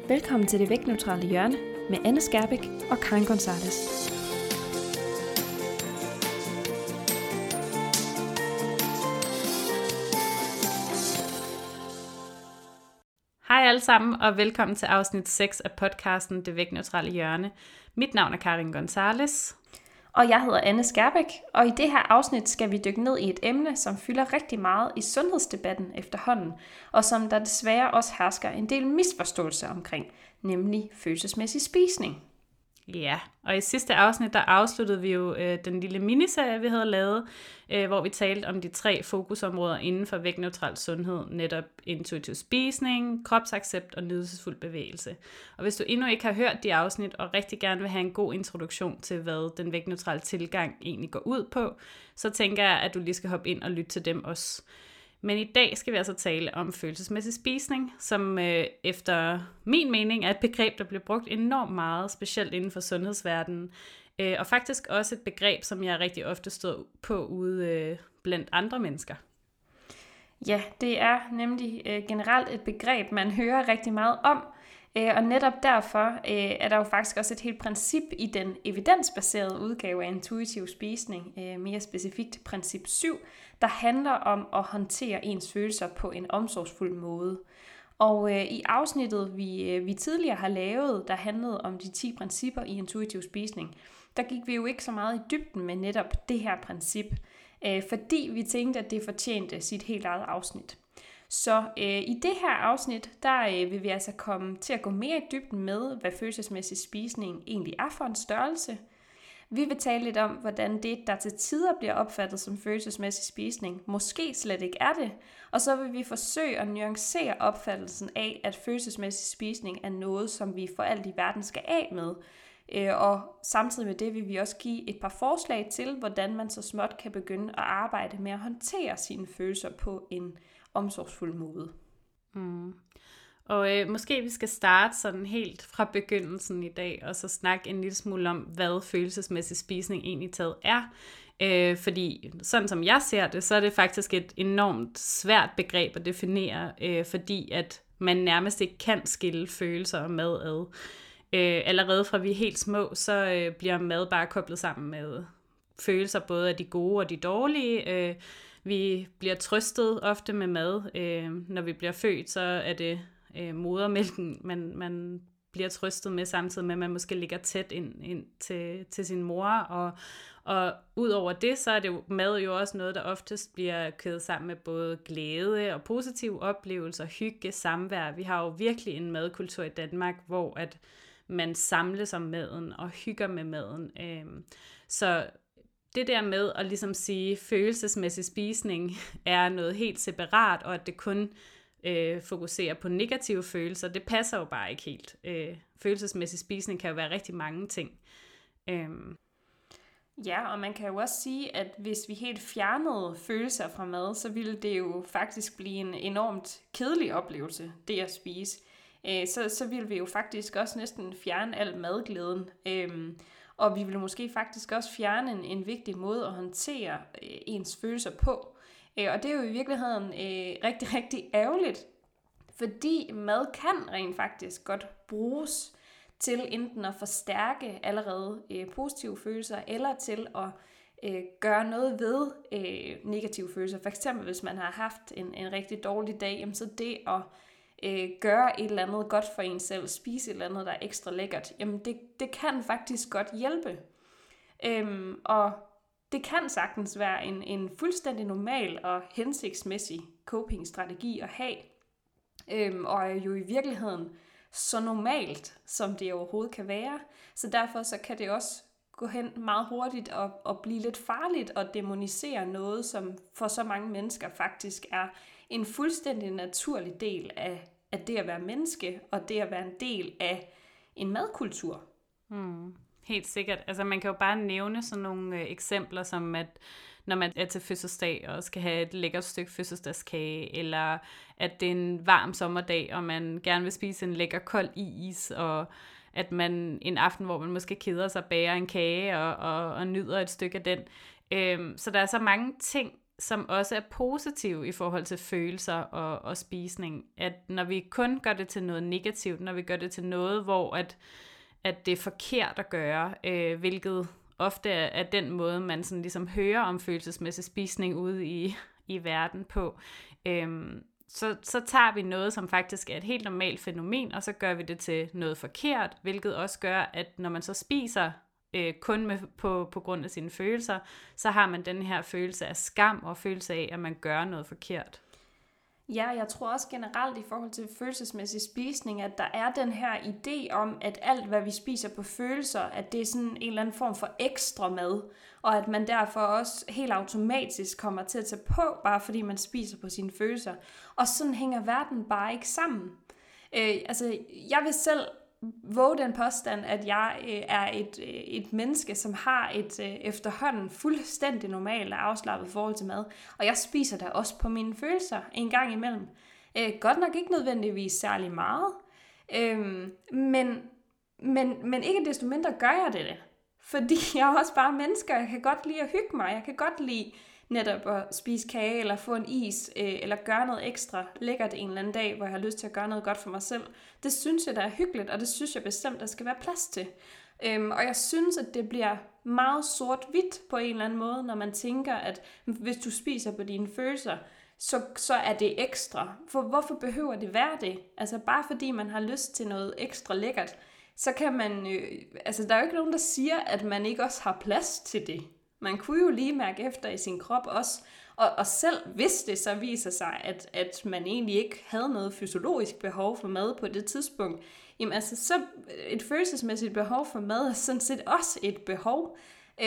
Velkommen til Det Vægtneutrale Hjørne med Anne Skærbæk og Karin Gonzalez. Hej alle sammen, og velkommen til afsnit 6 af podcasten Det Vægtneutrale Hjørne. Mit navn er Karin Gonzalez. Og jeg hedder Anne Skærbæk, og i det her afsnit skal vi dykke ned i et emne, som fylder rigtig meget i sundhedsdebatten efterhånden, og som der desværre også hersker en del misforståelser omkring, nemlig følelsesmæssig spisning. Ja, og i sidste afsnit, der afsluttede vi jo den lille miniserie, vi havde lavet, hvor vi talte om de 3 fokusområder inden for vægtneutral sundhed, netop intuitiv spisning, kropsaccept og nydelsesfuld bevægelse. Og hvis du endnu ikke har hørt de afsnit, og rigtig gerne vil have en god introduktion til, hvad den vægtneutrale tilgang egentlig går ud på, så tænker jeg, at du lige skal hoppe ind og lytte til dem også. Men i dag skal vi altså tale om følelsesmæssig spisning, som efter min mening er et begreb, der bliver brugt enormt meget, specielt inden for sundhedsverdenen. Og faktisk også et begreb, som jeg rigtig ofte støder på ude blandt andre mennesker. Ja, det er nemlig generelt et begreb, man hører rigtig meget om. Og netop derfor er der jo faktisk også et helt princip i den evidensbaserede udgave af intuitiv spisning, mere specifikt princip 7, der handler om at håndtere ens følelser på en omsorgsfuld måde. Og i afsnittet, vi tidligere har lavet, der handlede om de 10 principper i intuitiv spisning, der gik vi jo ikke så meget i dybden med netop det her princip, fordi vi tænkte, at det fortjente sit helt eget afsnit. Så i det her afsnit, der vil vi altså komme til at gå mere i dybden med, hvad følelsesmæssig spisning egentlig er for en størrelse. Vi vil tale lidt om, hvordan det, der til tider bliver opfattet som følelsesmæssig spisning, måske slet ikke er det. Og så vil vi forsøge at nuancere opfattelsen af, at følelsesmæssig spisning er noget, som vi for alt i verden skal af med. Og samtidig med det vil vi også give et par forslag til, hvordan man så småt kan begynde at arbejde med at håndtere sine følelser på en omsorgsfuld måde. Og måske vi skal starte sådan helt fra begyndelsen i dag, og så snakke en lille smule om, hvad følelsesmæssig spisning egentlig taget er. Fordi sådan som jeg ser det, så er det faktisk et enormt svært begreb at definere, fordi at man nærmest ikke kan skille følelser og mad ad. Allerede fra vi er helt små, så bliver mad bare koblet sammen med følelser, både af de gode og de dårlige. Vi bliver trøstet ofte med mad. Når vi bliver født, så er det modermælken, man bliver trøstet med, samtidig med, at man måske ligger tæt ind til sin mor. Og ud over det, så er det jo mad jo også noget, der oftest bliver kædet sammen med både glæde og positive oplevelser, hygge, samvær. Vi har jo virkelig en madkultur i Danmark, hvor at man samles om maden og hygger med maden. Så det der med at ligesom sige, følelsesmæssig spisning er noget helt separat, og at det kun fokuserer på negative følelser, det passer jo bare ikke helt. Følelsesmæssig spisning kan jo være rigtig mange ting. Ja, og man kan jo også sige, at hvis vi helt fjernede følelser fra mad, så ville det jo faktisk blive en enormt kedelig oplevelse, det at spise. Så ville vi jo faktisk også næsten fjerne al madglæden. Og vi vil måske faktisk også fjerne en vigtig måde at håndtere ens følelser på. Og det er jo i virkeligheden rigtig, rigtig ærgerligt, fordi mad kan rent faktisk godt bruges til enten at forstærke allerede positive følelser, eller til at gøre noget ved negative følelser. For eksempel hvis man har haft en rigtig dårlig dag, jamen så det at gøre et eller andet godt for en selv, spise et eller andet, der er ekstra lækkert, jamen det kan faktisk godt hjælpe. Og det kan sagtens være en fuldstændig normal og hensigtsmæssig coping-strategi at have, og er jo i virkeligheden så normalt, som det overhovedet kan være. Så derfor så kan det også gå hen meget hurtigt og blive lidt farligt at dæmonisere noget, som for så mange mennesker faktisk er en fuldstændig naturlig del af det at være menneske, og det at være en del af en madkultur. Helt sikkert. Altså man kan jo bare nævne sådan nogle eksempler, som at når man er til fødselsdag og skal have et lækkert stykke fødselsdagskage, eller at det er en varm sommerdag, og man gerne vil spise en lækker kold is, og at man en aften, hvor man måske keder sig, bager en kage og nyder et stykke af den. Så der er så mange ting som også er positive i forhold til følelser og spisning. At når vi kun gør det til noget negativt, når vi gør det til noget, hvor at det er forkert at gøre, hvilket ofte er den måde, man sådan ligesom hører om følelsesmæssig spisning ude i verden på, så tager vi noget, som faktisk er et helt normalt fænomen, og så gør vi det til noget forkert, hvilket også gør, at når man så spiser kun på grund af sine følelser, så har man den her følelse af skam og følelse af, at man gør noget forkert. Ja, jeg tror også generelt i forhold til følelsesmæssig spisning, at der er den her idé om, at alt hvad vi spiser på følelser, at det er sådan en eller anden form for ekstra mad, og at man derfor også helt automatisk kommer til at tage på, bare fordi man spiser på sine følelser. Og sådan hænger verden bare ikke sammen. Jeg vil selv våge den påstand, at jeg er et menneske, som har et efterhånden fuldstændig normalt og afslappet forhold til mad. Og jeg spiser da også på mine følelser en gang imellem. Godt nok ikke nødvendigvis særlig meget, men ikke desto mindre gør jeg det. Fordi jeg er også bare mennesker, jeg kan godt lide at hygge mig, jeg kan godt lide netop at spise kage, eller få en is, eller gøre noget ekstra lækkert en eller anden dag, hvor jeg har lyst til at gøre noget godt for mig selv. Det synes jeg, der er hyggeligt, og det synes jeg bestemt, der skal være plads til. Og jeg synes, at det bliver meget sort-hvidt på en eller anden måde, når man tænker, at hvis du spiser på dine følelser, så er det ekstra. For hvorfor behøver det være det? Altså bare fordi man har lyst til noget ekstra lækkert, så kan man der er jo ikke nogen, der siger, at man ikke også har plads til det. Man kunne jo lige mærke efter i sin krop også, og selv hvis det så viser sig, at man egentlig ikke havde noget fysiologisk behov for mad på det tidspunkt, jamen altså så et følelsesmæssigt behov for mad er sådan set også et behov,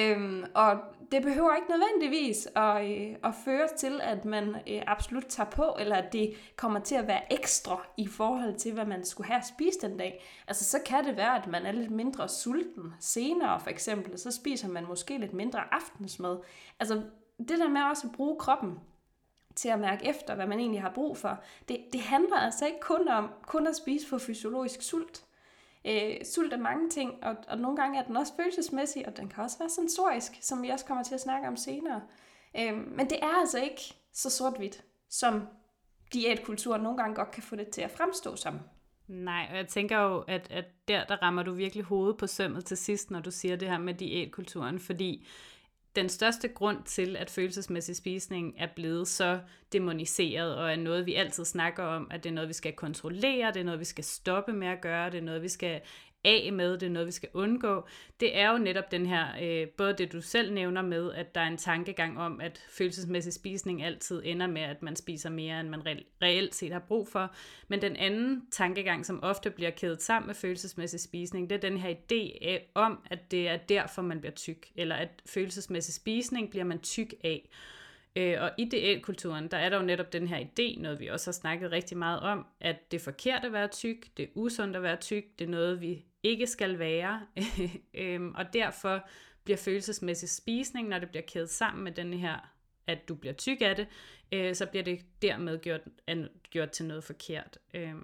og det behøver ikke nødvendigvis at føre til, at man absolut tager på, eller at det kommer til at være ekstra i forhold til, hvad man skulle have at spise den dag. Altså så kan det være, at man er lidt mindre sulten senere for eksempel, og så spiser man måske lidt mindre aftensmad. Altså det der med også at bruge kroppen til at mærke efter, hvad man egentlig har brug for, det handler altså ikke kun at spise for fysiologisk sult. Sult er mange ting, og nogle gange er den også følelsesmæssig, og den kan også være sensorisk, som vi også kommer til at snakke om senere. Men det er altså ikke så sort-hvidt, som diætkulturen nogle gange godt kan få det til at fremstå som. Nej, og jeg tænker jo, at der rammer du virkelig hovedet på sømmet til sidst, når du siger det her med diætkulturen, fordi den største grund til, at følelsesmæssig spisning er blevet så demoniseret, og er noget, vi altid snakker om, at det er noget, vi skal kontrollere, det er noget, vi skal stoppe med at gøre, det er noget, vi skal af med, det er noget, vi skal undgå. Det er jo netop den her, både det du selv nævner med, at der er en tankegang om, at følelsesmæssig spisning altid ender med, at man spiser mere, end man reelt set har brug for. Men den anden tankegang, som ofte bliver kædet sammen med følelsesmæssig spisning, det er den her idé om, at det er derfor, man bliver tyk, eller at følelsesmæssig spisning bliver man tyk af. Og i diætkulturen, der er der jo netop den her idé, noget vi også har snakket rigtig meget om, at det er forkert at være tyk, det er usundt at være tyk, det er noget, vi ikke skal være. Og derfor bliver følelsesmæssig spisning, når det bliver kædet sammen med den her, at du bliver tyk af det, så bliver det dermed gjort til noget forkert.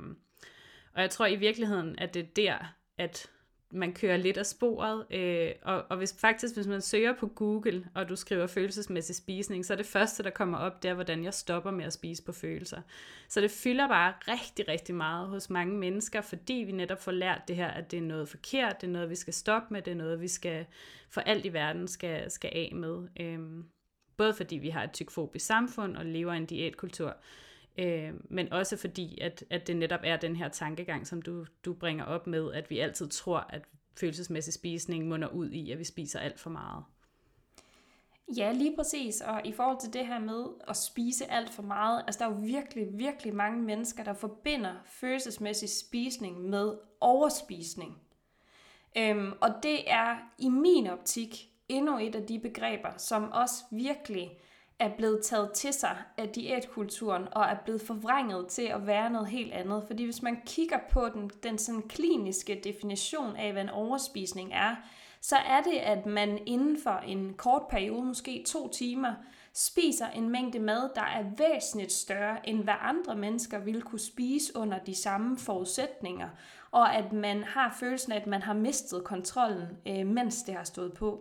Og jeg tror i virkeligheden, at det er der, at man kører lidt af sporet, og hvis man søger på Google, og du skriver følelsesmæssig spisning, så er det første, der kommer op, det er, hvordan jeg stopper med at spise på følelser. Så det fylder bare rigtig, rigtig meget hos mange mennesker, fordi vi netop får lært det her, at det er noget forkert, det er noget, vi skal stoppe med, det er noget, vi skal for alt i verden skal af med. Både fordi vi har et tykfobisk samfund og lever i en diætkultur, men også fordi, at det netop er den her tankegang, som du bringer op med, at vi altid tror, at følelsesmæssig spisning munder ud i, at vi spiser alt for meget. Ja, lige præcis. Og i forhold til det her med at spise alt for meget, altså der er jo virkelig, virkelig mange mennesker, der forbinder følelsesmæssig spisning med overspisning. Og det er i min optik endnu et af de begreber, som også virkelig er blevet taget til sig af diætkulturen og er blevet forvrænget til at være noget helt andet. Fordi hvis man kigger på den sådan kliniske definition af, hvad en overspisning er, så er det, at man inden for en kort periode, måske 2 timer, spiser en mængde mad, der er væsentligt større, end hvad andre mennesker ville kunne spise under de samme forudsætninger, og at man har følelsen af, at man har mistet kontrollen, mens det har stået på.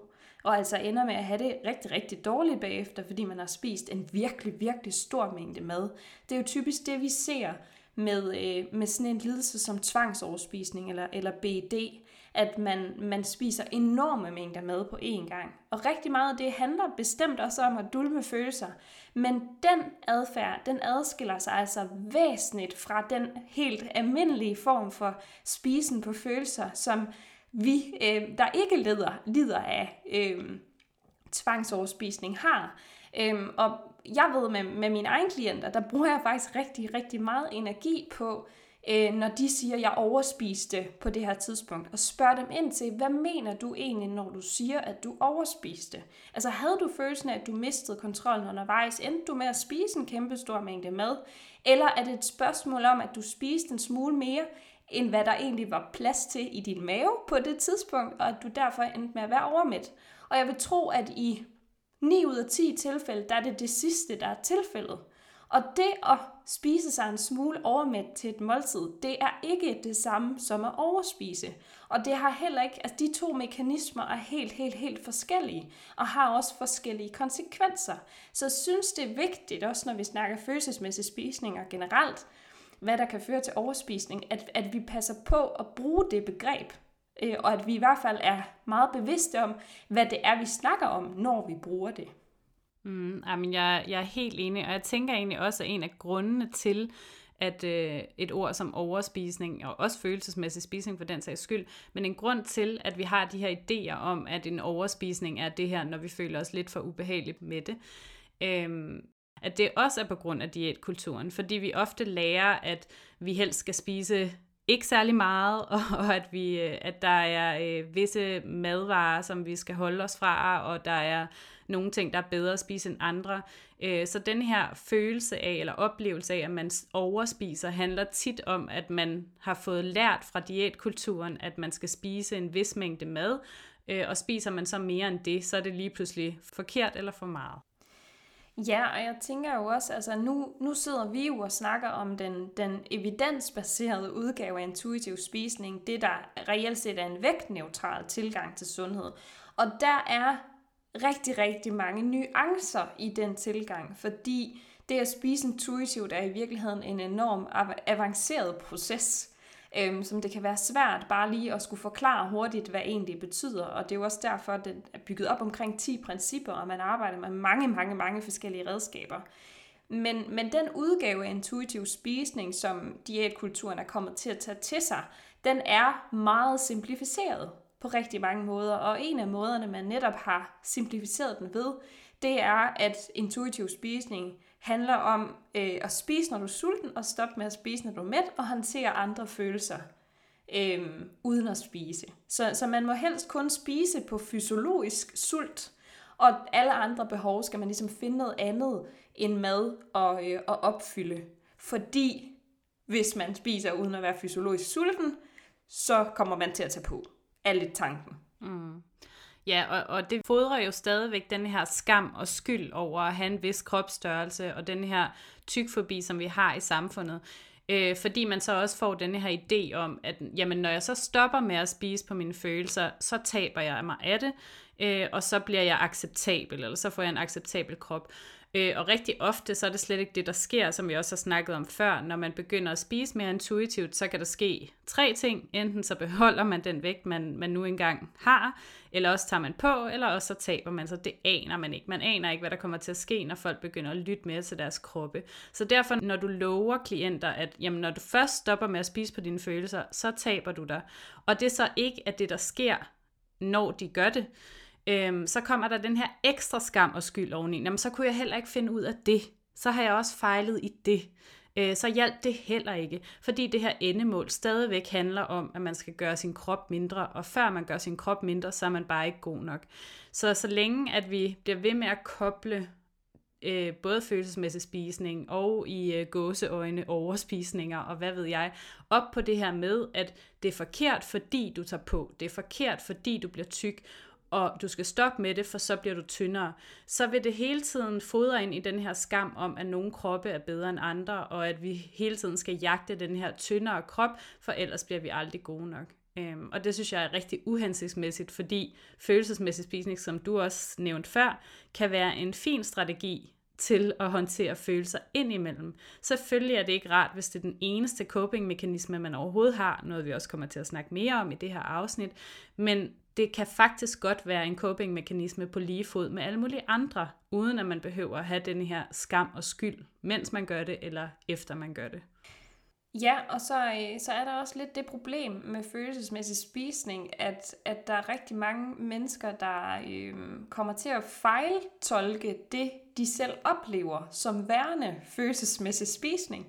og altså ender med at have det rigtig, rigtig dårligt bagefter, fordi man har spist en virkelig, virkelig stor mængde mad. Det er jo typisk det, vi ser med sådan en lidelse som tvangsoverspisning eller BED, at man spiser enorme mængder mad på én gang. Og rigtig meget af det handler bestemt også om at dulme følelser, men den adfærd, den adskiller sig altså væsentligt fra den helt almindelige form for spisen på følelser, som vi, der ikke lider af tvangsoverspisning, har. Og jeg ved med mine egne klienter, der bruger jeg faktisk rigtig, rigtig meget energi på, når de siger, at jeg overspiste på det her tidspunkt, og spørger dem ind til, hvad mener du egentlig, når du siger, at du overspiste? Altså havde du følelsen af, at du mistede kontrollen undervejs? Endte du med at spise en kæmpe stor mængde mad? Eller er det et spørgsmål om, at du spiste en smule mere, end hvad der egentlig var plads til i din mave på det tidspunkt, og at du derfor endte med at være overmæt? Og jeg vil tro, at i 9 ud af 10 tilfælde, der er det sidste, der er tilfældet. Og det at spise sig en smule overmæt til et måltid, det er ikke det samme som at overspise. Og det har heller ikke, altså de to mekanismer er helt forskellige, og har også forskellige konsekvenser. Så jeg synes, det er vigtigt, også når vi snakker følelsesmæssige spisninger generelt, hvad der kan føre til overspisning, at vi passer på at bruge det begreb, og at vi i hvert fald er meget bevidste om, hvad det er, vi snakker om, når vi bruger det. Jeg er helt enig, og jeg tænker egentlig også, at en af grundene til, at et ord som overspisning, og også følelsesmæssig spisning for den sags skyld, men en grund til, at vi har de her idéer om, at en overspisning er det her, når vi føler os lidt for ubehageligt med det, at det også er på grund af diætkulturen, fordi vi ofte lærer, at vi helst skal spise ikke særlig meget, og at der er visse madvarer, som vi skal holde os fra, og der er nogle ting, der er bedre at spise end andre. Så den her følelse af, eller oplevelse af, at man overspiser, handler tit om, at man har fået lært fra diætkulturen, at man skal spise en vis mængde mad, og spiser man så mere end det, så er det lige pludselig forkert eller for meget. Ja, og jeg tænker jo også, altså nu sidder vi jo og snakker om den evidensbaserede udgave af intuitiv spisning, det der reelt set er en vægtneutral tilgang til sundhed. Og der er rigtig, rigtig mange nuancer i den tilgang, fordi det at spise intuitivt er i virkeligheden en enorm avanceret proces, som det kan være svært bare lige at skulle forklare hurtigt, hvad egentlig betyder. Og det er jo også derfor, at det er bygget op omkring 10 principper, og man arbejder med mange forskellige redskaber. Men den udgave af intuitiv spisning, som diætkulturen er kommet til at tage til sig, den er meget simplificeret på rigtig mange måder. Og en af måderne, man netop har simplificeret den ved, det er, at intuitiv spisning handler om at spise, når du er sulten, og stoppe med at spise, når du er mæt, og håndtere andre følelser uden at spise. Så man må helst kun spise på fysiologisk sult, og alle andre behov skal man ligesom finde noget andet end mad og opfylde. Fordi hvis man spiser uden at være fysiologisk sulten, så kommer man til at tage på. Er lidt tanken. Ja, og det fodrer jo stadigvæk den her skam og skyld over at have en vis kropsstørrelse, og den her tykfobi, som vi har i samfundet. Fordi man så også får den her idé om, at jamen, når jeg så stopper med at spise på mine følelser, så taber jeg mig af det, og så bliver jeg acceptabel, eller så får jeg en acceptabel krop. Og rigtig ofte, så er det slet ikke det, der sker, som vi også har snakket om før. Når man begynder at spise mere intuitivt, så kan der ske 3 ting. Enten så beholder man den vægt, man nu engang har, eller også tager man på, eller også så taber man sig. Det aner man ikke. Man aner ikke, hvad der kommer til at ske, når folk begynder at lytte mere til deres kroppe. Så derfor, når du lover klienter, at jamen, når du først stopper med at spise på dine følelser, så taber du dig. Og det er så ikke, at det, der sker, når de gør det, så kommer der den her ekstra skam og skyld oveni. Jamen, så kunne jeg heller ikke finde ud af det. Så har jeg også fejlet i det. Så hjalp det heller ikke. Fordi det her endemål stadigvæk handler om, at man skal gøre sin krop mindre. Og før man gør sin krop mindre, så er man bare ikke god nok. Så længe at vi bliver ved med at koble både følelsesmæssig spisning og i gåseøjne overspisninger og hvad ved jeg, op på det her med, at det er forkert, fordi du tager på. Det er forkert, fordi du bliver tyk, og du skal stoppe med det, for så bliver du tyndere, så vil det hele tiden fodre ind i den her skam om, at nogle kroppe er bedre end andre, og at vi hele tiden skal jagte den her tyndere krop, for ellers bliver vi aldrig gode nok. Og det synes jeg er rigtig uhensigtsmæssigt, fordi følelsesmæssig spisning, som du også nævnte før, kan være en fin strategi til at håndtere følelser indimellem. Selvfølgelig er det ikke rart, hvis det er den eneste coping-mekanisme, man overhovedet har, noget vi også kommer til at snakke mere om i det her afsnit, men det kan faktisk godt være en coping-mekanisme på lige fod med alle mulige andre, uden at man behøver at have den her skam og skyld, mens man gør det, eller efter man gør det. Ja, og så er der også lidt det problem med følelsesmæssig spisning, at der er rigtig mange mennesker, der kommer til at fejltolke det, de selv oplever som værende følelsesmæssig spisning.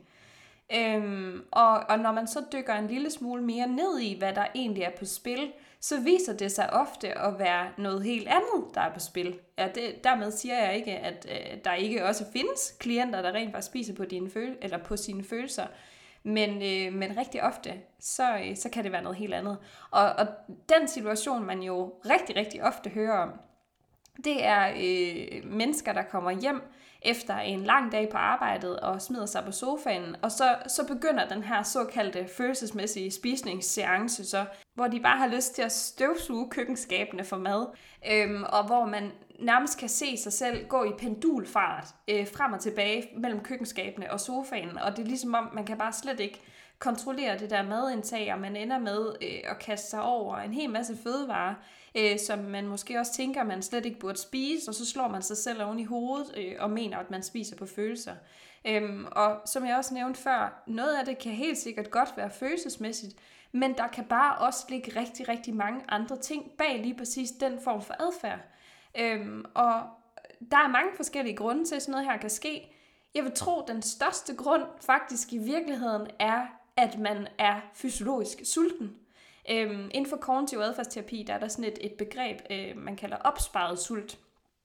Og når man så dykker en lille smule mere ned i, hvad der egentlig er på spil, så viser det sig ofte at være noget helt andet, der er på spil. Ja, dermed siger jeg ikke, at der ikke også findes klienter, der rent faktisk spiser på sine følelser. Men rigtig ofte, så kan det være noget helt andet. Og den situation, man jo rigtig, rigtig ofte hører om, det er mennesker, der kommer hjem efter en lang dag på arbejdet og smider sig på sofaen, og så begynder den her såkaldte følelsesmæssige spisningsseance, så, hvor de bare har lyst til at støvsuge køkkenskabene for mad, og hvor man nærmest kan se sig selv gå i pendulfart frem og tilbage mellem køkkenskabene og sofaen, og det er ligesom om, man kan bare slet ikke kontrollere det der madindtag, og man ender med at kaste sig over en hel masse fødevarer, som man måske også tænker, man slet ikke burde spise, og så slår man sig selv oven i hovedet og mener, at man spiser på følelser. Og som jeg også nævnte før, noget af det kan helt sikkert godt være følelsesmæssigt, men der kan bare også ligge rigtig, rigtig mange andre ting bag lige præcis den form for adfærd. Og der er mange forskellige grunde til, at sådan noget her kan ske. Jeg vil tro, at den største grund faktisk i virkeligheden er, at man er fysiologisk sulten. Inden for kognitiv adfærdsterapi, der er der sådan et begreb, man kalder opsparet sult.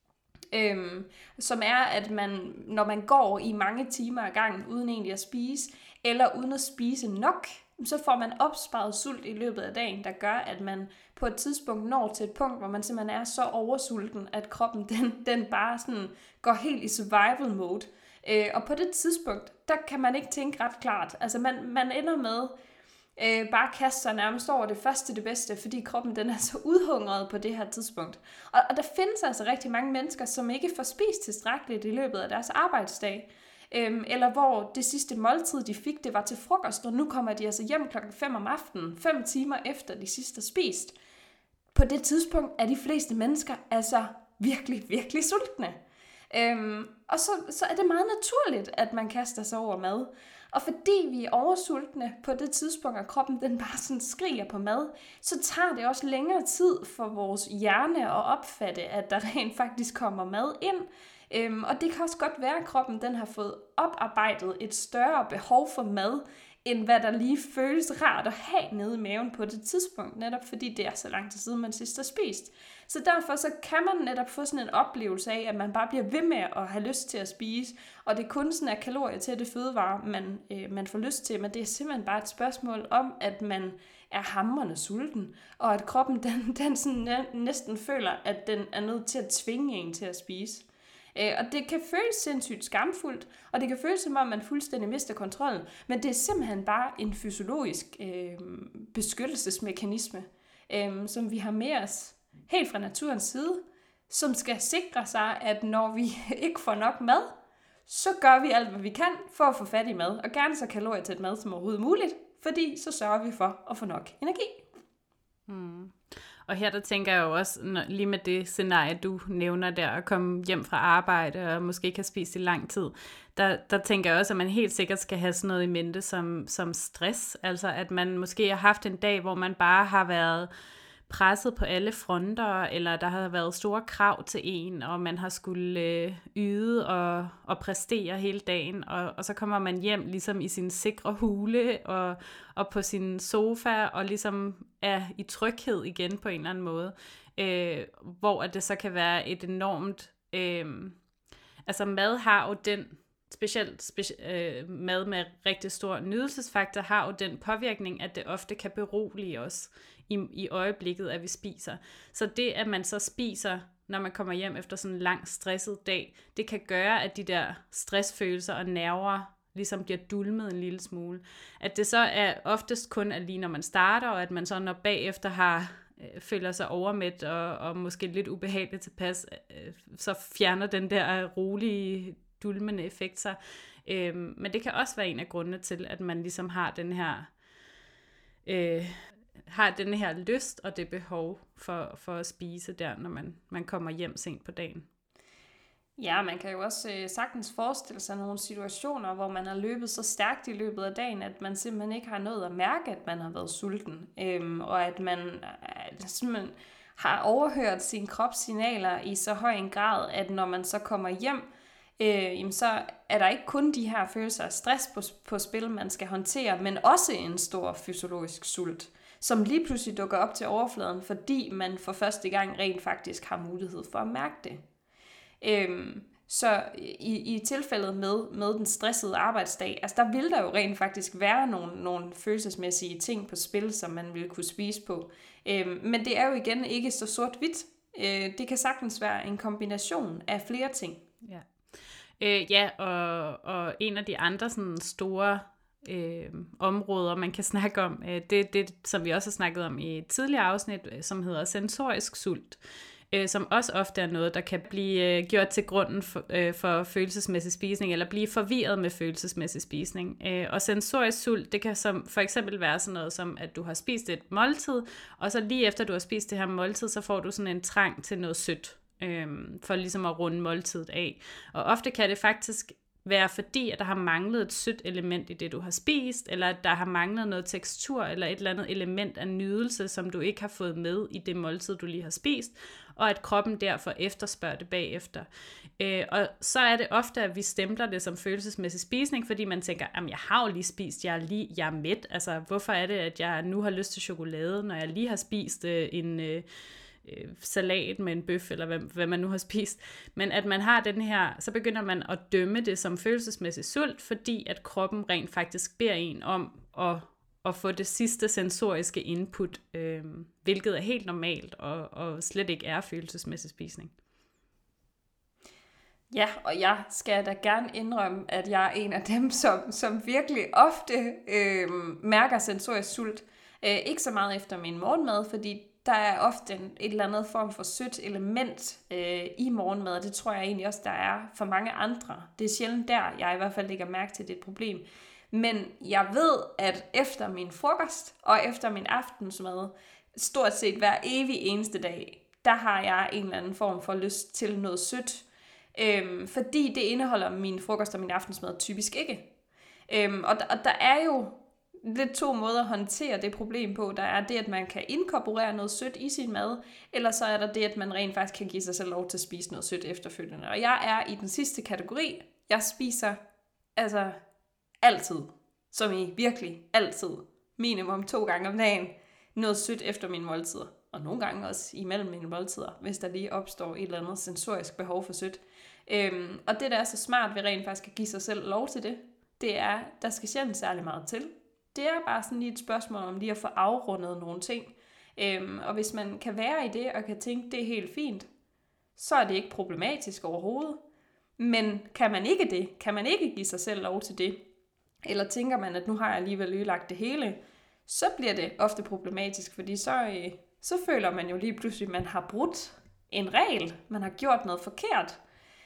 Som er, at man, når man går i mange timer ad gangen, uden egentlig at spise, eller uden at spise nok, så får man opsparet sult i løbet af dagen, der gør, at man på et tidspunkt når til et punkt, hvor man simpelthen er så oversulten, at kroppen den bare sådan går helt i survival mode. Og på det tidspunkt, der kan man ikke tænke ret klart. Altså man ender med bare at kaste sig nærmest over det første det bedste, fordi kroppen den er så udhungret på det her tidspunkt. Og der findes altså rigtig mange mennesker, som ikke får spist tilstrækkeligt i løbet af deres arbejdsdag. Eller hvor det sidste måltid, de fik, det var til frokost, og nu kommer de altså hjem 5:00 om aftenen, 5 timer efter de sidste har spist. På det tidspunkt er de fleste mennesker altså virkelig, virkelig sultne. Og så er det meget naturligt, at man kaster sig over mad. Og fordi vi er oversultne på det tidspunkt, at kroppen den bare sådan skriger på mad, så tager det også længere tid for vores hjerne at opfatte, at der rent faktisk kommer mad ind. Og det kan også godt være, at kroppen den har fået oparbejdet et større behov for mad, end hvad der lige føles rart at have nede i maven på det tidspunkt, netop fordi det er så lang tid siden, man sidst har spist. Så derfor så kan man netop få sådan en oplevelse af, at man bare bliver ved med at have lyst til at spise, og det er kun sådan en kalorier til det fødevare, man får lyst til, men det er simpelthen bare et spørgsmål om, at man er hamrende sulten, og at kroppen den sådan næsten føler, at den er nødt til at tvinge en til at spise. Og det kan føles sindssygt skamfuldt, og det kan føles som om, man fuldstændig mister kontrollen, men det er simpelthen bare en fysiologisk beskyttelsesmekanisme, som vi har med os helt fra naturens side, som skal sikre sig, at når vi ikke får nok mad, så gør vi alt, hvad vi kan for at få fat i mad, og gerne så kalorier til et mad som overhovedet muligt, fordi så sørger vi for at få nok energi. Og her der tænker jeg jo også, lige med det scenarie, du nævner der, at komme hjem fra arbejde og måske ikke have spist i lang tid, der tænker jeg også, at man helt sikkert skal have sådan noget i mente som stress. Altså at man måske har haft en dag, hvor man bare har været presset på alle fronter, eller der har været store krav til en, og man har skulle yde og præstere hele dagen, og så kommer man hjem ligesom i sin sikre hule, og på sin sofa, og ligesom er i tryghed igen på en eller anden måde, hvor at det så kan være et enormt, altså mad har jo den, specielt mad med rigtig stor nydelsesfaktor, har jo den påvirkning, at det ofte kan berolige os i øjeblikket, at vi spiser. Så det, at man så spiser, når man kommer hjem efter sådan en lang, stresset dag, det kan gøre, at de der stressfølelser og nerver ligesom bliver dulmet en lille smule. At det så er oftest kun lige når man starter, og at man så når bagefter føler sig overmæt og måske lidt ubehageligt tilpas, så fjerner den der rolige, dulmende effekt sig. Men det kan også være en af grundene til, at man ligesom har den her lyst og det behov for at spise der, når man kommer hjem sent på dagen. Ja, man kan jo også sagtens forestille sig nogle situationer, hvor man har løbet så stærkt i løbet af dagen, at man simpelthen ikke har nået at mærke, at man har været sulten. Og at man simpelthen har overhørt sine kropssignaler i så høj en grad, at når man så kommer hjem, så er der ikke kun de her følelser af stress på spil, man skal håndtere, men også en stor fysiologisk sult, som lige pludselig dukker op til overfladen, fordi man for første gang rent faktisk har mulighed for at mærke det. Så i tilfældet med den stressede arbejdsdag, altså der vil der jo rent faktisk være nogle følelsesmæssige ting på spil, som man vil kunne spise på. Men det er jo igen ikke så sort-hvidt. Det kan sagtens være en kombination af flere ting. Ja, og en af de andre sådan store områder, man kan snakke om, det som vi også har snakket om i et tidligere afsnit, som hedder sensorisk sult, som også ofte er noget, der kan blive gjort til grunden for følelsesmæssig spisning, eller blive forvirret med følelsesmæssig spisning. Og sensorisk sult, det kan for eksempel være sådan noget som, at du har spist et måltid, og så lige efter du har spist det her måltid, så får du sådan en trang til noget sødt, for ligesom at runde måltidet af. Og ofte kan det faktisk være fordi, at der har manglet et sødt element i det, du har spist, eller at der har manglet noget tekstur, eller et eller andet element af nydelse, som du ikke har fået med i det måltid, du lige har spist, og at kroppen derfor efterspørger det bagefter. Og så er det ofte, at vi stempler det som følelsesmæssig spisning, fordi man tænker, jamen jeg har jo lige spist, jeg er mæt, altså hvorfor er det, at jeg nu har lyst til chokolade, når jeg lige har spist en salat med en bøf, eller hvad man nu har spist. Men at man har den her, så begynder man at dømme det som følelsesmæssig sult, fordi at kroppen rent faktisk beder en om at få det sidste sensoriske input, hvilket er helt normalt, og slet ikke er følelsesmæssig spisning. Ja, og jeg skal da gerne indrømme, at jeg er en af dem, som virkelig ofte mærker sensorisk sult. Ikke så meget efter min morgenmad, fordi der er ofte et eller andet form for sødt element i morgenmad, og det tror jeg egentlig også, der er for mange andre. Det er sjældent der, jeg i hvert fald lægger mærke til, det er et problem. Men jeg ved, at efter min frokost og efter min aftensmad, stort set hver evig eneste dag, der har jeg en eller anden form for lyst til noget sødt. Fordi det indeholder min frokost og min aftensmad typisk ikke. Og der er jo lidt to måder at håndtere det problem på. Der er det, at man kan inkorporere noget sødt i sin mad, eller så er der det, at man rent faktisk kan give sig selv lov til at spise noget sødt efterfølgende. Og jeg er i den sidste kategori. Jeg spiser altså altid, som i virkelig altid, minimum 2 gange om dagen, noget sødt efter mine måltider. Og nogle gange også imellem mine måltider, hvis der lige opstår et eller andet sensorisk behov for sødt. Og det, der er så smart ved rent faktisk at give sig selv lov til det er, der skal sjældent særlig meget til. Det er bare sådan lige et spørgsmål om lige at få afrundet nogle ting. Og hvis man kan være i det og kan tænke, det er helt fint, så er det ikke problematisk overhovedet. Men kan man ikke det, kan man ikke give sig selv lov til det, eller tænker man, at nu har jeg alligevel ødelagt det hele, så bliver det ofte problematisk, fordi så føler man jo lige pludselig, at man har brudt en regel, man har gjort noget forkert.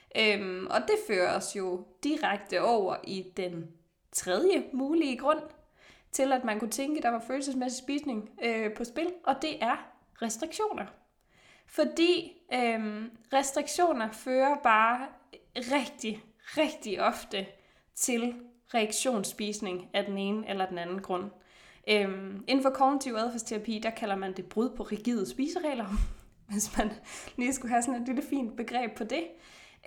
Og det fører os jo direkte over i den tredje mulige grund til, at man kunne tænke, at der var følelsesmæssig spisning på spil, og det er restriktioner. Fordi restriktioner fører bare rigtig, rigtig ofte til reaktionsspisning af den ene eller den anden grund. Inden for kognitiv adfærdsterapi, der kalder man det brud på rigide spiseregler, hvis man lige skulle have sådan et lille fint begreb på det.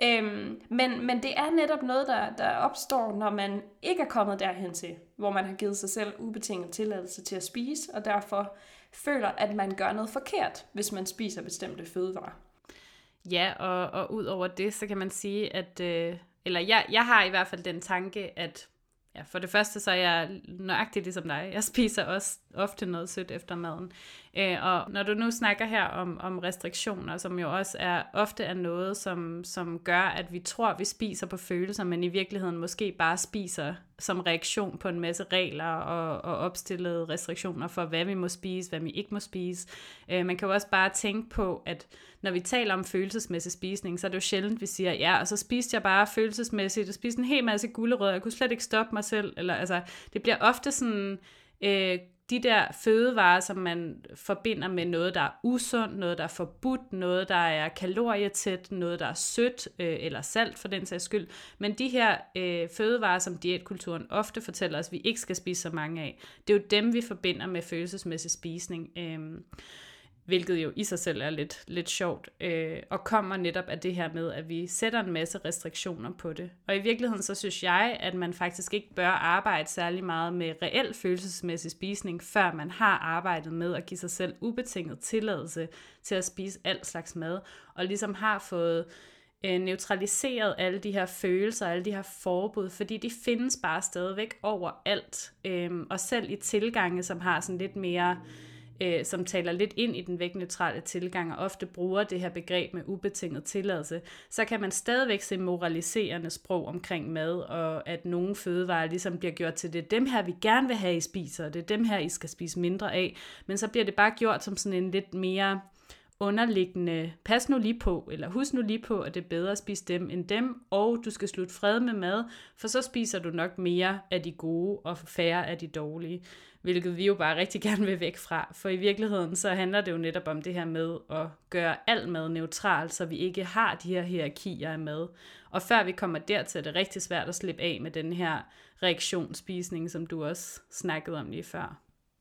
Men det er netop noget, der opstår, når man ikke er kommet derhen til, hvor man har givet sig selv ubetinget tilladelse til at spise, og derfor føler, at man gør noget forkert, hvis man spiser bestemte fødevarer. Ja, og ud over det, så kan man sige, at jeg har i hvert fald den tanke, at ja, for det første, så er jeg nøjagtigt ligesom dig. Jeg spiser også ofte noget sødt efter maden. Og når du nu snakker her om restriktioner, som jo også ofte er noget, som gør, at vi tror, vi spiser på følelser, men i virkeligheden måske bare spiser som reaktion på en masse regler og opstillede restriktioner for, hvad vi må spise, hvad vi ikke må spise. Man kan jo også bare tænke på, at når vi taler om følelsesmæssig spisning, så er det jo sjældent, vi siger, ja, og så spiste jeg bare følelsesmæssigt, og spiste en hel masse gulerødder, jeg kunne slet ikke stoppe mig selv. Eller, altså, det bliver ofte sådan de der fødevarer, som man forbinder med noget, der er usundt, noget, der er forbudt, noget, der er kalorietæt, noget, der er sødt eller salt for den sags skyld. Men de her fødevarer, som diætkulturen ofte fortæller os, vi ikke skal spise så mange af, det er jo dem, vi forbinder med følelsesmæssig spisning. Hvilket jo i sig selv er lidt sjovt, og kommer netop af det her med, at vi sætter en masse restriktioner på det. Og i virkeligheden så synes jeg, at man faktisk ikke bør arbejde særlig meget med reel følelsesmæssig spisning, før man har arbejdet med at give sig selv ubetinget tilladelse til at spise al slags mad, og ligesom har fået neutraliseret alle de her følelser, alle de her forbud, fordi de findes bare stadigvæk overalt. Og selv i tilgange, som har sådan lidt mere som taler lidt ind i den vægtneutrale tilgang, og ofte bruger det her begreb med ubetinget tilladelse, så kan man stadigvæk se moraliserende sprog omkring mad, og at nogle fødevarer ligesom bliver gjort til, det er dem her, vi gerne vil have, I spiser, og det er dem her, I skal spise mindre af, men så bliver det bare gjort som sådan en lidt mere underliggende, pas nu lige på, eller husk nu lige på, at det er bedre at spise dem end dem, og du skal slutte fred med mad, for så spiser du nok mere af de gode, og færre af de dårlige, hvilket vi jo bare rigtig gerne vil væk fra, for i virkeligheden så handler det jo netop om det her med at gøre al mad neutral, så vi ikke har de her hierarkier af mad, og før vi kommer dertil, er det rigtig svært at slippe af med den her reaktionsspisning, som du også snakkede om lige før.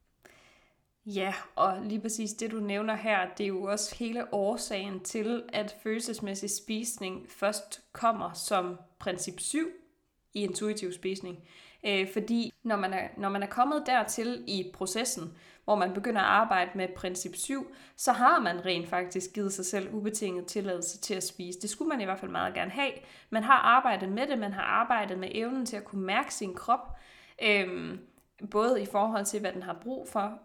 Ja, og lige præcis det, du nævner her, det er jo også hele årsagen til, at følelsesmæssig spisning først kommer som princip 7 i intuitiv spisning. Fordi når man er kommet dertil i processen, hvor man begynder at arbejde med princip 7, så har man rent faktisk givet sig selv ubetinget tilladelse til at spise. Det skulle man i hvert fald meget gerne have. Man har arbejdet med det, man har arbejdet med evnen til at kunne mærke sin krop, både i forhold til, hvad den har brug for,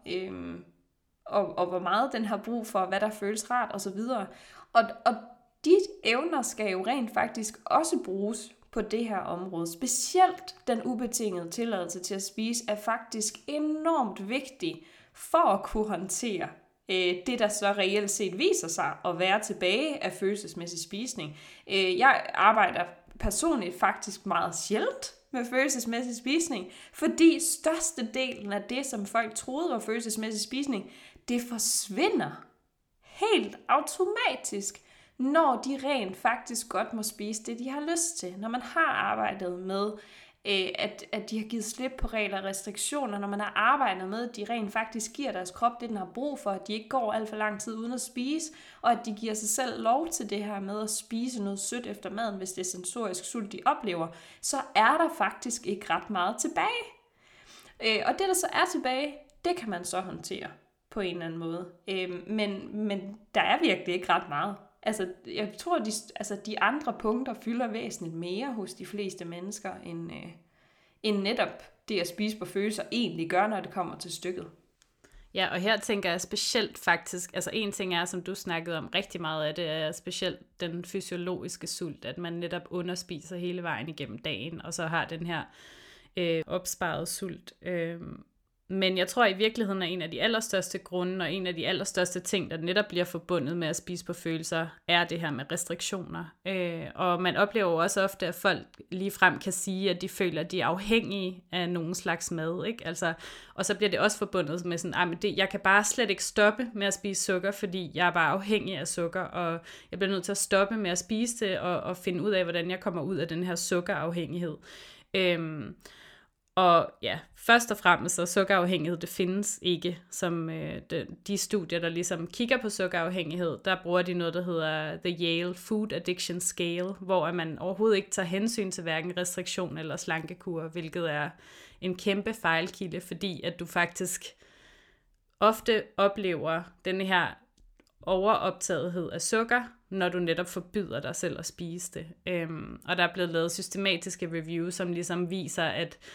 og hvor meget den har brug for, hvad der føles rart osv. Og de evner skal jo rent faktisk også bruges på det her område. Specielt den ubetingede tilladelse til at spise er faktisk enormt vigtig for at kunne håndtere det, der så reelt set viser sig at være tilbage af følelsesmæssig spisning. Jeg arbejder personligt faktisk meget sjældent med følelsesmæssig spisning, fordi størstedelen af det, som folk troede var følelsesmæssig spisning, det forsvinder helt automatisk, når de rent faktisk godt må spise det, de har lyst til. Når man har arbejdet med, at de har givet slip på regler og restriktioner, når man har arbejdet med, at de rent faktisk giver deres krop det, den har brug for, at de ikke går alt for lang tid uden at spise, og at de giver sig selv lov til det her med at spise noget sødt efter maden, hvis det er sensorisk sult, de oplever, så er der faktisk ikke ret meget tilbage. Og det, der så er tilbage, det kan man så håndtere på en eller anden måde. Men der er virkelig ikke ret meget. Altså, jeg tror, de andre punkter fylder væsentligt mere hos de fleste mennesker, end netop det at spise på følelser egentlig gør, når det kommer til stykket. Ja, og her tænker jeg specielt faktisk, altså en ting er, som du snakkede om rigtig meget af det, er specielt den fysiologiske sult, at man netop underspiser hele vejen igennem dagen, og så har den her opsparet sult. Men jeg tror i virkeligheden, at en af de allerstørste grunde, og en af de allerstørste ting, der netop bliver forbundet med at spise på følelser, er det her med restriktioner. Og man oplever jo også ofte, at folk ligefrem kan sige, at de føler, at de er afhængige af nogen slags mad. Ikke? Altså, og så bliver det også forbundet med sådan, jeg kan bare slet ikke stoppe med at spise sukker, fordi jeg er bare afhængig af sukker, og jeg bliver nødt til at stoppe med at spise det, og finde ud af, hvordan jeg kommer ud af den her sukkerafhængighed. Og ja, først og fremmest så sukkerafhængighed, det findes ikke, som de studier, der ligesom kigger på sukkerafhængighed, der bruger de noget, der hedder The Yale Food Addiction Scale, hvor man overhovedet ikke tager hensyn til hverken restriktion eller slankekur, hvilket er en kæmpe fejlkilde, fordi at du faktisk ofte oplever den her overoptagethed af sukker, når du netop forbyder dig selv at spise det. Og der er blevet lavet systematiske reviews, som ligesom viser,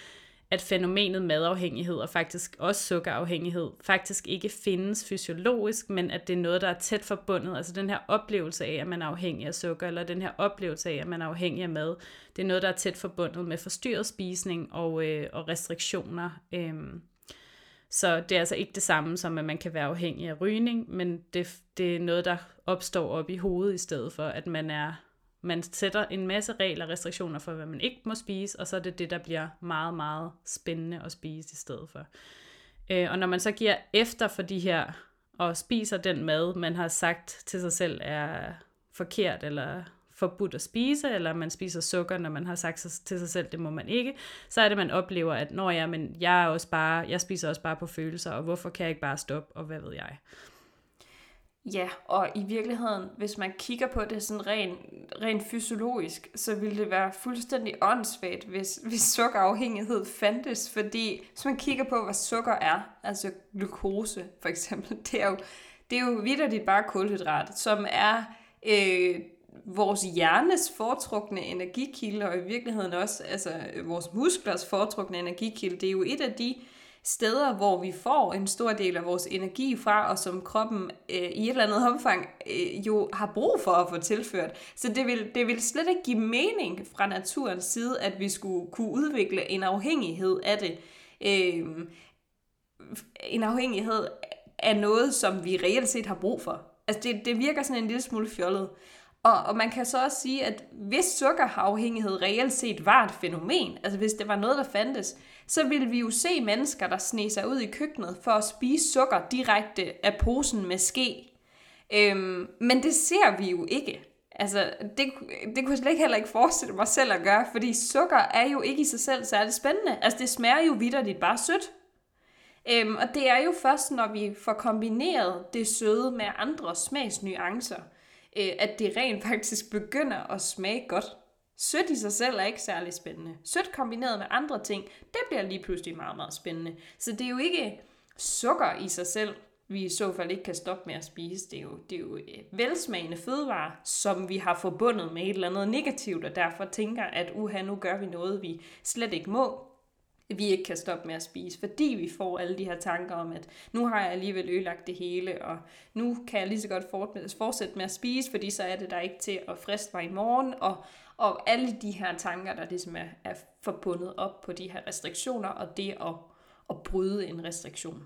at fænomenet madafhængighed og faktisk også sukkerafhængighed faktisk ikke findes fysiologisk, men at det er noget, der er tæt forbundet. Altså den her oplevelse af, at man er afhængig af sukker, eller den her oplevelse af, at man er afhængig af mad, det er noget, der er tæt forbundet med forstyrret spisning og restriktioner. Så det er altså ikke det samme som, at man kan være afhængig af rygning, men det er noget, der opstår op i hovedet i stedet for, at man sætter en masse regler og restriktioner for, hvad man ikke må spise, og så er det det, der bliver meget, meget spændende at spise i stedet for. Og når man så giver efter for de her, og spiser den mad, man har sagt til sig selv er forkert eller forbudt at spise, eller man spiser sukker, når man har sagt til sig selv, det må man ikke, så er det, man oplever, at men jeg spiser også bare på følelser, og hvorfor kan jeg ikke bare stoppe, og hvad ved jeg? Ja, og i virkeligheden, hvis man kigger på det sådan rent fysiologisk, så ville det være fuldstændig åndssvagt, hvis sukkerafhængighed fandtes, fordi hvis man kigger på, hvad sukker er, altså glukose for eksempel, det er jo vitterligt bare kulhydrat, som er vores hjernes foretrukne energikilde, og i virkeheden også altså vores musklers foretrukne energikilde. Det er jo et af de steder, hvor vi får en stor del af vores energi fra, og som kroppen i et eller andet omfang jo har brug for at få tilført. Så det vil slet ikke give mening fra naturens side, at vi skulle kunne udvikle en afhængighed af det. En afhængighed af noget, som vi reelt set har brug for. Altså det virker sådan en lille smule fjollet. Og man kan så også sige, at hvis sukkerafhængighed reelt set var et fænomen, altså hvis det var noget, der fandtes, så ville vi jo se mennesker, der sneg sig ud i køkkenet for at spise sukker direkte af posen med ske. Men det ser vi jo ikke. Altså, det kunne jeg slet ikke heller ikke forestille mig selv at gøre, fordi sukker er jo ikke i sig selv særlig spændende. Altså, det smager jo vitterligt bare sødt. Og det er jo først, når vi får kombineret det søde med andre smagsnuancer, at det rent faktisk begynder at smage godt. Sødt i sig selv er ikke særlig spændende. Sødt kombineret med andre ting, det bliver lige pludselig meget, meget spændende. Så det er jo ikke sukker i sig selv, vi i så fald ikke kan stoppe med at spise. Det er jo velsmagende fødevarer, som vi har forbundet med et eller andet negativt, og derfor tænker, at nu gør vi noget, vi slet ikke må. Vi ikke kan stoppe med at spise, fordi vi får alle de her tanker om, at nu har jeg alligevel ødelagt det hele, og nu kan jeg lige så godt fortsætte med at spise, fordi så er det der ikke til at friste mig i morgen, og alle de her tanker, der ligesom er forbundet op på de her restriktioner, og det at bryde en restriktion.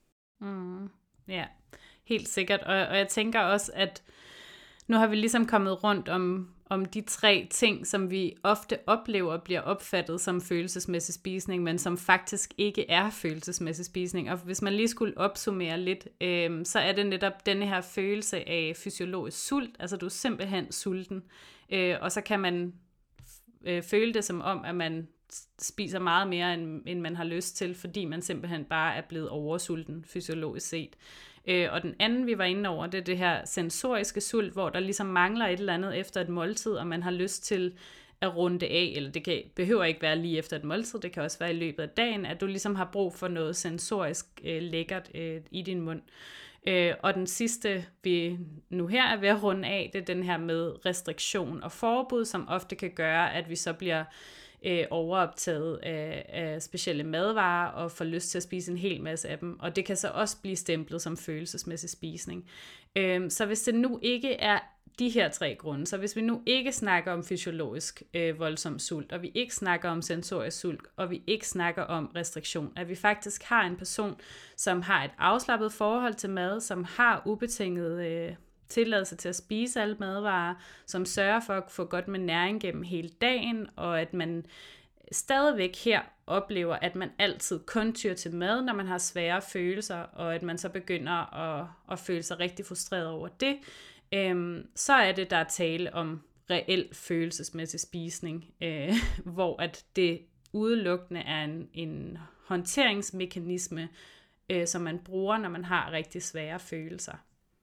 Ja, helt sikkert, og jeg tænker også, at nu har vi ligesom kommet rundt om de 3 ting, som vi ofte oplever bliver opfattet som følelsesmæssig spisning, men som faktisk ikke er følelsesmæssig spisning. Og hvis man lige skulle opsummere lidt, så er det netop denne her følelse af fysiologisk sult, altså du er simpelthen sulten, og så kan man føle det som om, at man spiser meget mere, end man har lyst til, fordi man simpelthen bare er blevet oversulten fysiologisk set. Og den anden, vi var inde over, det er det her sensoriske sult, hvor der ligesom mangler et eller andet efter et måltid, og man har lyst til at runde af, eller det behøver ikke være lige efter et måltid, det kan også være i løbet af dagen, at du ligesom har brug for noget sensorisk lækkert i din mund. Og den sidste, vi nu her er ved at runde af, det er den her med restriktion og forbud, som ofte kan gøre, at vi så bliver overoptaget af specielle madvarer og får lyst til at spise en hel masse af dem. Og det kan så også blive stemplet som følelsesmæssig spisning. Så hvis det nu ikke er de her 3 grunde, så hvis vi nu ikke snakker om fysiologisk voldsom sult, og vi ikke snakker om sensorisk sult, og vi ikke snakker om restriktion, at vi faktisk har en person, som har et afslappet forhold til mad, som har ubetinget tilladelse til at spise alle madvarer, som sørger for at få godt med næring gennem hele dagen, og at man stadigvæk her oplever, at man altid kun tyr til mad, når man har svære følelser, og at man så begynder at føle sig rigtig frustreret over det, så er det, der er tale om reel følelsesmæssig spisning, hvor at det udelukkende er en håndteringsmekanisme, som man bruger, når man har rigtig svære følelser.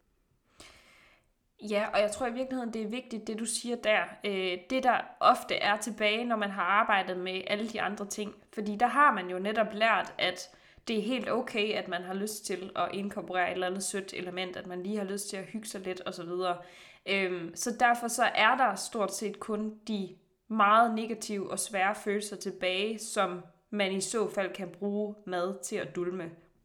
Ja, og jeg tror i virkeligheden, det er vigtigt, det du siger der. Det, der ofte er tilbage, når man har arbejdet med alle de andre ting. Fordi der har man jo netop lært, at det er helt okay, at man har lyst til at inkorporere et eller andet sødt element, at man lige har lyst til at hygge sig lidt osv. Så derfor så er der stort set kun de meget negative og svære følelser tilbage, som man i så fald kan bruge mad til at dulme.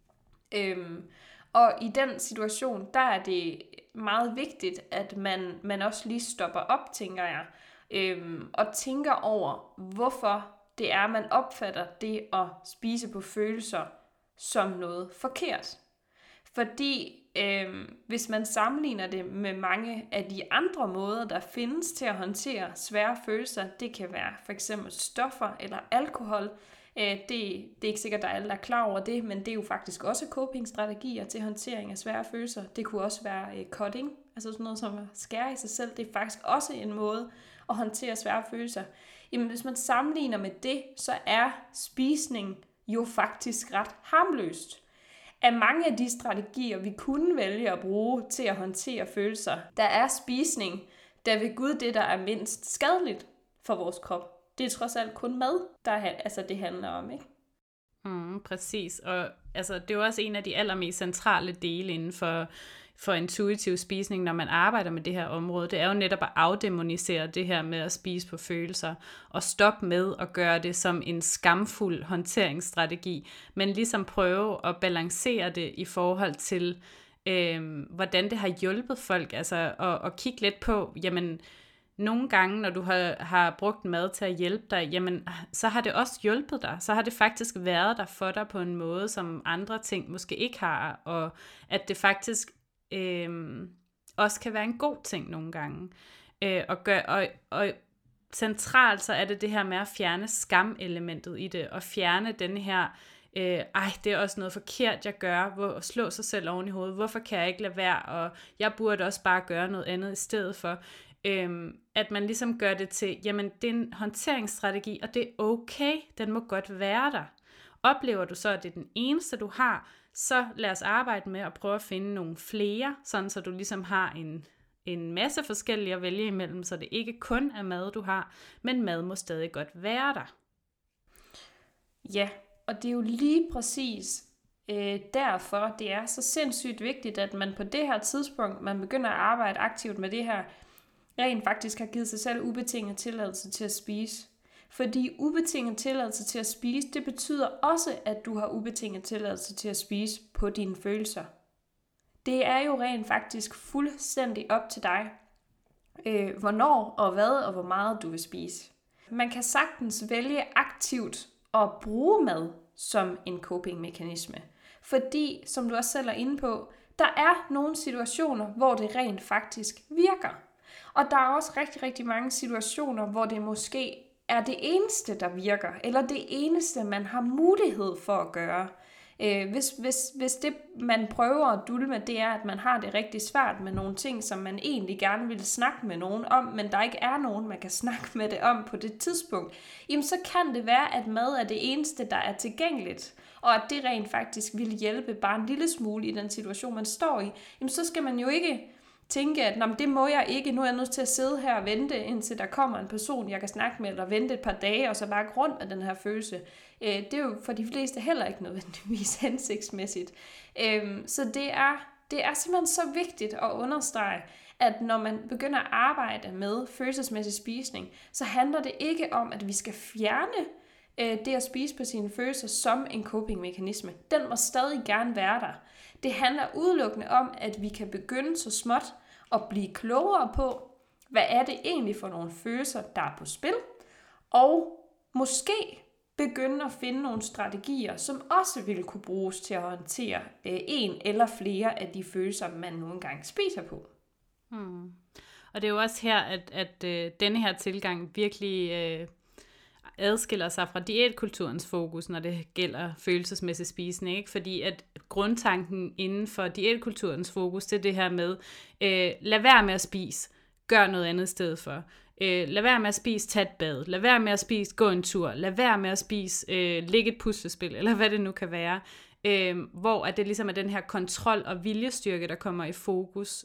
Og i den situation, der er det meget vigtigt, at man også lige stopper op, tænker jeg, og tænker over, hvorfor det er, man opfatter det at spise på følelser som noget forkert. Fordi hvis man sammenligner det med mange af de andre måder, der findes til at håndtere svære følelser, det kan være for eksempel stoffer eller alkohol. Det er ikke sikkert, at alle er klar over det, men det er jo faktisk også coping-strategier til håndtering af svære følelser. Det kunne også være cutting, altså sådan noget som at skære i sig selv. Det er faktisk også en måde at håndtere svære følelser. Jamen, hvis man sammenligner med det, så er spisning jo faktisk ret harmløst. Af mange af de strategier, vi kunne vælge at bruge til at håndtere følelser, der er spisning, der ved Gud det, der er mindst skadeligt for vores krop. Det er trods alt kun mad, det handler om, ikke? Præcis, og altså, det er jo også en af de allermest centrale dele inden for intuitiv spisning, når man arbejder med det her område. Det er jo netop at afdæmonisere det her med at spise på følelser, og stoppe med at gøre det som en skamfuld håndteringsstrategi, men ligesom prøve at balancere det i forhold til, hvordan det har hjulpet folk, altså at kigge lidt på, jamen, nogle gange, når du har brugt mad til at hjælpe dig, jamen, så har det også hjulpet dig. Så har det faktisk været der for dig på en måde, som andre ting måske ikke har, og at det faktisk også kan være en god ting nogle gange. Og centralt så er det her med at fjerne skamelementet i det, og fjerne den her, det er også noget forkert, jeg gør, at slå sig selv oven i hovedet, hvorfor kan jeg ikke lade være, og jeg burde også bare gøre noget andet i stedet for. At man ligesom gør det til, jamen det er en håndteringsstrategi, og det er okay, den må godt være der. Oplever du så, at det er den eneste, du har, så lad os arbejde med at prøve at finde nogle flere, sådan så du ligesom har en masse forskellige at vælge imellem, så det ikke kun er mad, du har, men mad må stadig godt være der. Ja, og det er jo lige præcis derfor, det er så sindssygt vigtigt, at man på det her tidspunkt, man begynder at arbejde aktivt med det her, rent faktisk har givet sig selv ubetinget tilladelse til at spise. Fordi ubetinget tilladelse til at spise, det betyder også, at du har ubetinget tilladelse til at spise på dine følelser. Det er jo rent faktisk fuldstændig op til dig, hvornår og hvad og hvor meget du vil spise. Man kan sagtens vælge aktivt at bruge mad som en coping-mekanisme. Fordi, som du også selv er inde på, der er nogle situationer, hvor det rent faktisk virker. Og der er også rigtig, rigtig mange situationer, hvor det måske er det eneste, der virker, eller det eneste, man har mulighed for at gøre. Hvis det, man prøver at dulme, det er, at man har det rigtig svært med nogle ting, som man egentlig gerne vil snakke med nogen om, men der ikke er nogen, man kan snakke med det om på det tidspunkt, jamen så kan det være, at mad er det eneste, der er tilgængeligt, og at det rent faktisk vil hjælpe bare en lille smule i den situation, man står i, jamen så skal man jo ikke tænke, at det må jeg ikke, nu er jeg nødt til at sidde her og vente, indtil der kommer en person, jeg kan snakke med, eller vente et par dage, og så bare gå rundt med den her følelse. Det er jo for de fleste heller ikke nødvendigvis hensigtsmæssigt. Så det er simpelthen så vigtigt at understrege, at når man begynder at arbejde med følelsesmæssig spisning, så handler det ikke om, at vi skal fjerne det at spise på sine følelser som en coping-mekanisme. Den må stadig gerne være der. Det handler udelukkende om, at vi kan begynde så småt at blive klogere på, hvad er det egentlig for nogle følelser, der er på spil, og måske begynde at finde nogle strategier, som også vil kunne bruges til at håndtere en eller flere af de følelser, man nu engang spiser på. Og det er jo også her, at denne her tilgang virkelig adskiller sig fra diætkulturens fokus, når det gælder følelsesmæssig spisning, ikke? Fordi at grundtanken inden for diætkulturens fokus, det er det her med, lad være med at spise, gør noget andet i stedet for. Lad være med at spise, tag et bad, lad være med at spise, gå en tur, lad være med at spise, lægge et puslespil, eller hvad det nu kan være. Hvor at det ligesom er den her kontrol og viljestyrke, der kommer i fokus,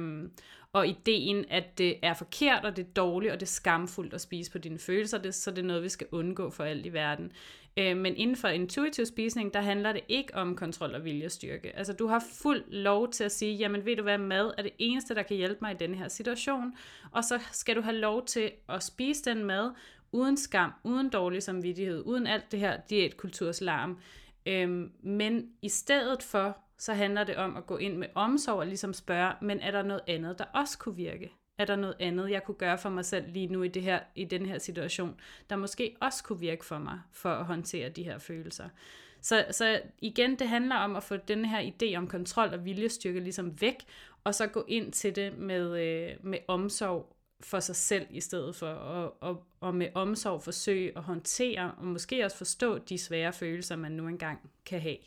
og ideen, at det er forkert, og det er dårligt, og det er skamfuldt at spise på dine følelser, så det er noget, vi skal undgå for alt i verden. Men inden for intuitiv spisning, der handler det ikke om kontrol og viljestyrke. Altså, du har fuld lov til at sige, jamen ved du hvad, mad er det eneste, der kan hjælpe mig i denne her situation, og så skal du have lov til at spise den mad, uden skam, uden dårlig samvittighed, uden alt det her diætkulturslarm. Men i stedet for, så handler det om at gå ind med omsorg og ligesom spørge, men er der noget andet, der også kunne virke? Er der noget andet, jeg kunne gøre for mig selv lige nu i den her situation, der måske også kunne virke for mig, for at håndtere de her følelser? Så igen, det handler om at få den her idé om kontrol og viljestyrke ligesom væk, og så gå ind til det med omsorg for sig selv, i stedet for og med omsorg forsøge at håndtere, og måske også forstå de svære følelser, man nu engang kan have.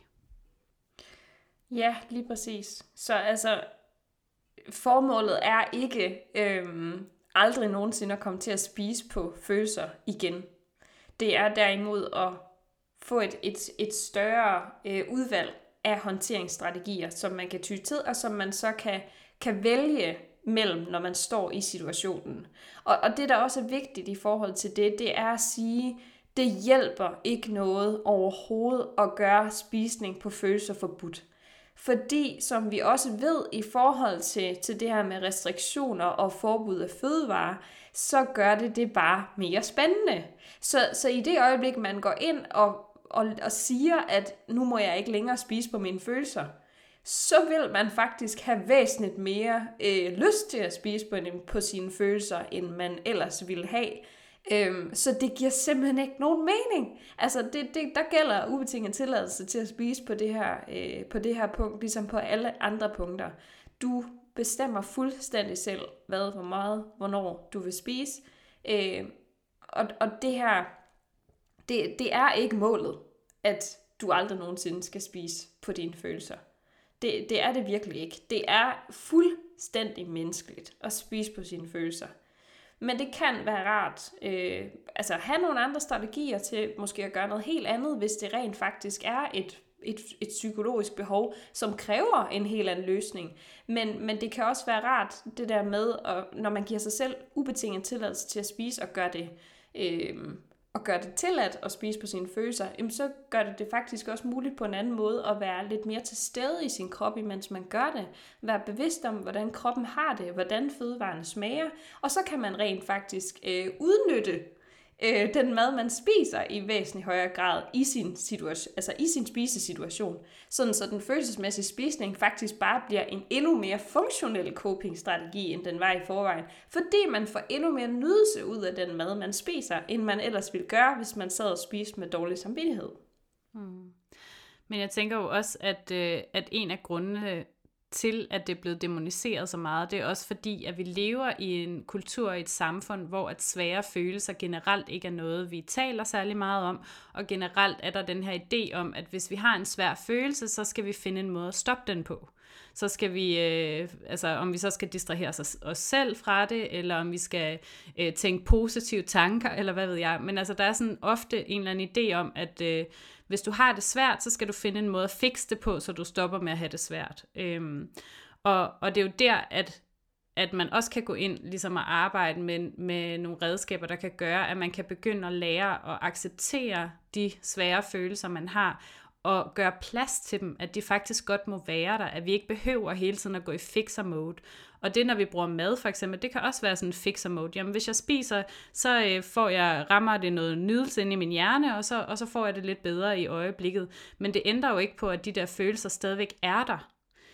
Ja, lige præcis. Så altså, formålet er ikke aldrig nogensinde at komme til at spise på følelser igen. Det er derimod at få et større udvalg af håndteringsstrategier, som man kan ty til, og som man så kan vælge mellem, når man står i situationen. Og det, der også er vigtigt i forhold til det er at sige, det hjælper ikke noget overhovedet at gøre spisning på følelser forbudt. Fordi, som vi også ved i forhold til det her med restriktioner og forbud af fødevarer, så gør det bare mere spændende. Så i det øjeblik, man går ind og siger, at nu må jeg ikke længere spise på mine følelser, så vil man faktisk have væsentligt mere lyst til at spise på sine følelser, end man ellers ville have. Så det giver simpelthen ikke nogen mening. Altså, der gælder ubetinget tilladelse til at spise på det her punkt, ligesom på alle andre punkter. Du bestemmer fuldstændig selv, hvor meget, hvornår du vil spise. Og det her, det er ikke målet, at du aldrig nogensinde skal spise på dine følelser. Det er det virkelig ikke. Det er fuldstændig menneskeligt at spise på sine følelser. Men det kan være rart at have nogle andre strategier til måske at gøre noget helt andet, hvis det rent faktisk er et psykologisk behov, som kræver en helt anden løsning. Men det kan også være rart, det der med, når man giver sig selv ubetinget tilladelse til at spise og gøre det tilladt at spise på sine følelser, så gør det faktisk også muligt på en anden måde at være lidt mere til stede i sin krop, imens man gør det. Være bevidst om, hvordan kroppen har det, hvordan fødevarene smager, og så kan man rent faktisk udnytte den mad, man spiser i væsentlig højere grad i sin spisesituation. Sådan så den følelsesmæssige spisning faktisk bare bliver en endnu mere funktionel coping-strategi, end den var i forvejen. Fordi man får endnu mere nydelse ud af den mad, man spiser, end man ellers ville gøre, hvis man sad og spiste med dårlig samvittighed. Men jeg tænker jo også, at en af grundene til, at det er blevet dæmoniseret så meget, det er også fordi, at vi lever i en kultur, i et samfund, hvor at svære følelser generelt ikke er noget, vi taler særlig meget om, og generelt er der den her idé om, at hvis vi har en svær følelse, så skal vi finde en måde at stoppe den på. Så skal vi, om vi så skal distrahere os selv fra det, eller om vi skal tænke positive tanker, eller hvad ved jeg. Men altså, der er sådan ofte en eller anden idé om, at hvis du har det svært, så skal du finde en måde at fikse det på, så du stopper med at have det svært. Og det er jo der, at man også kan gå ind ligesom at arbejde med nogle redskaber, der kan gøre, at man kan begynde at lære at acceptere de svære følelser, man har, og gøre plads til dem, at de faktisk godt må være der, at vi ikke behøver hele tiden at gå i fixer-mode. Og det, når vi bruger mad for eksempel, det kan også være sådan en fixer-mode. Jamen, hvis jeg spiser, så rammer det noget nydelse ind i min hjerne, og så får jeg det lidt bedre i øjeblikket. Men det ændrer jo ikke på, at de der følelser stadigvæk er der.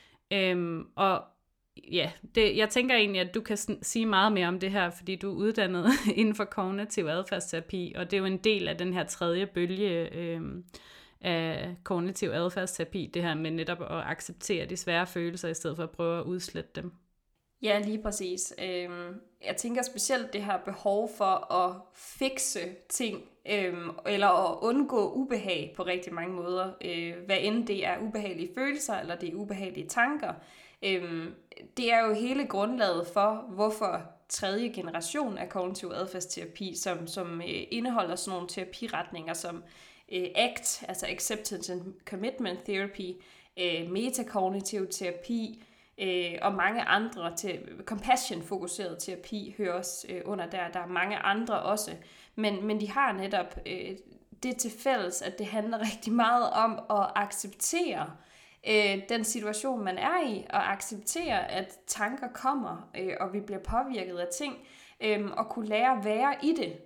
Jeg tænker egentlig, at du kan sige meget mere om det her, fordi du er uddannet inden for kognitiv adfærdsterapi, og det er jo en del af den her tredje bølge af kognitiv adfærdsterapi, det her med netop at acceptere de svære følelser, i stedet for at prøve at udslette dem. Ja, lige præcis. Jeg tænker specielt det her behov for at fikse ting, eller at undgå ubehag på rigtig mange måder. Hvad end det er ubehagelige følelser, eller det er ubehagelige tanker. Det er jo hele grundlaget for, hvorfor tredje generation af kognitiv adfærdsterapi, som indeholder sådan nogle terapiretninger som ACT, altså Acceptance and Commitment Therapy, metakognitiv terapi, og mange andre compassion-fokuseret terapi hører også under der. Der er mange andre også, men de har netop det til fælles, at det handler rigtig meget om at acceptere den situation, man er i, og acceptere, at tanker kommer, og vi bliver påvirket af ting, og kunne lære at være i det.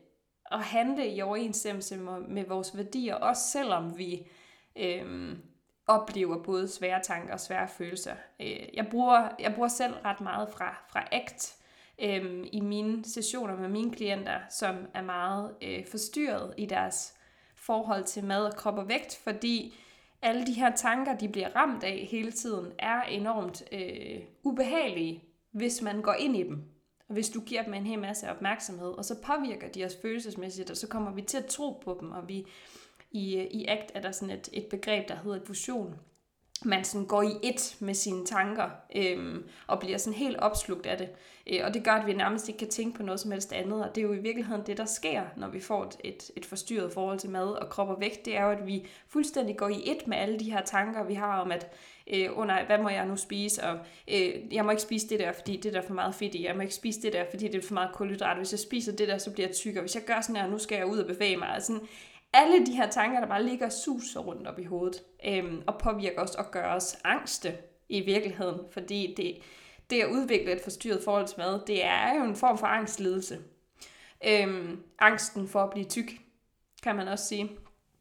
at handle i overensstemmelse med vores værdier, også selvom vi oplever både svære tanker og svære følelser. Jeg bruger selv ret meget fra ACT i mine sessioner med mine klienter, som er meget forstyrret i deres forhold til mad og krop og vægt, fordi alle de her tanker, de bliver ramt af hele tiden, er enormt ubehagelige, hvis man går ind i dem. Og hvis du giver dem en hel masse opmærksomhed, og så påvirker de os følelsesmæssigt, og så kommer vi til at tro på dem, og vi i ACT er der sådan et begreb, der hedder fusion. Man sådan går i ét med sine tanker, og bliver sådan helt opslugt af det. Og det gør, at vi nærmest ikke kan tænke på noget som helst andet, og det er jo i virkeligheden det, der sker, når vi får et forstyrret forhold til mad og krop og vægt. Det er jo, at vi fuldstændig går i ét med alle de her tanker, vi har om, at nej, hvad må jeg nu spise, og jeg må ikke spise det der, fordi det der er for meget fedt i, jeg må ikke spise det der, fordi det er for meget kulhydrat, hvis jeg spiser det der, så bliver jeg tyk, og hvis jeg gør sådan her, nu skal jeg ud og bevæge mig, altså alle de her tanker, der bare ligger og suser rundt op i hovedet, og påvirker os og gør os angste i virkeligheden, fordi det at udvikle et forstyrret forhold til mad, det er jo en form for angstlidelse. Angsten for at blive tyk, kan man også sige.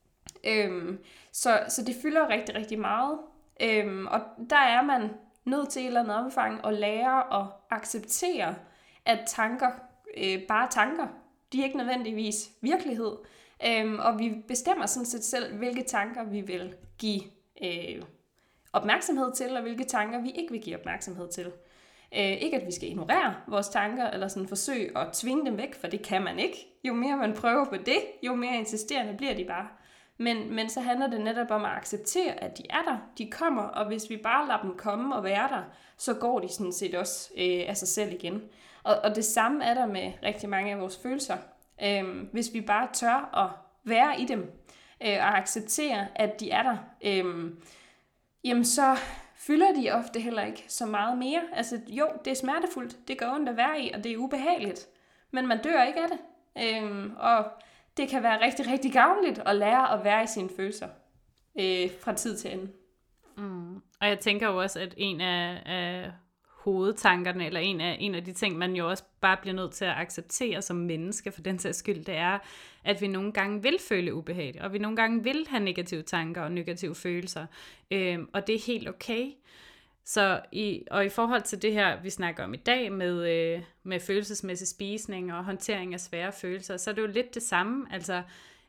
Så det fylder rigtig, rigtig meget, og der er man nødt til i et eller andet omfang at lære at acceptere, at tanker, bare tanker, de er ikke nødvendigvis virkelighed, og vi bestemmer sådan set selv, hvilke tanker vi vil give opmærksomhed til, og hvilke tanker vi ikke vil give opmærksomhed til. Ikke at vi skal ignorere vores tanker, eller sådan forsøge at tvinge dem væk, for det kan man ikke. Jo mere man prøver på det, jo mere insisterende bliver de bare. Men så handler det netop om at acceptere, at de er der, de kommer, og hvis vi bare lader dem komme og være der, så går de sådan set også af sig selv igen. Og det samme er der med rigtig mange af vores følelser. Hvis vi bare tør at være i dem, og acceptere, at de er der, jamen så fylder de ofte heller ikke så meget mere. Altså jo, det er smertefuldt, det gør ondt at være i, og det er ubehageligt, men man dør ikke af det. Og det kan være rigtig, rigtig gavnligt at lære at være i sine følelser fra tid til anden. Og jeg tænker jo også, at en af hovedtankerne, eller en af de ting, man jo også bare bliver nødt til at acceptere som menneske, for den sags skyld, det er, at vi nogle gange vil føle ubehag, og vi nogle gange vil have negative tanker og negative følelser, og det er helt okay. Så i forhold til det her, vi snakker om i dag, med følelsesmæssig spisning og håndtering af svære følelser, så er det jo lidt det samme. Altså,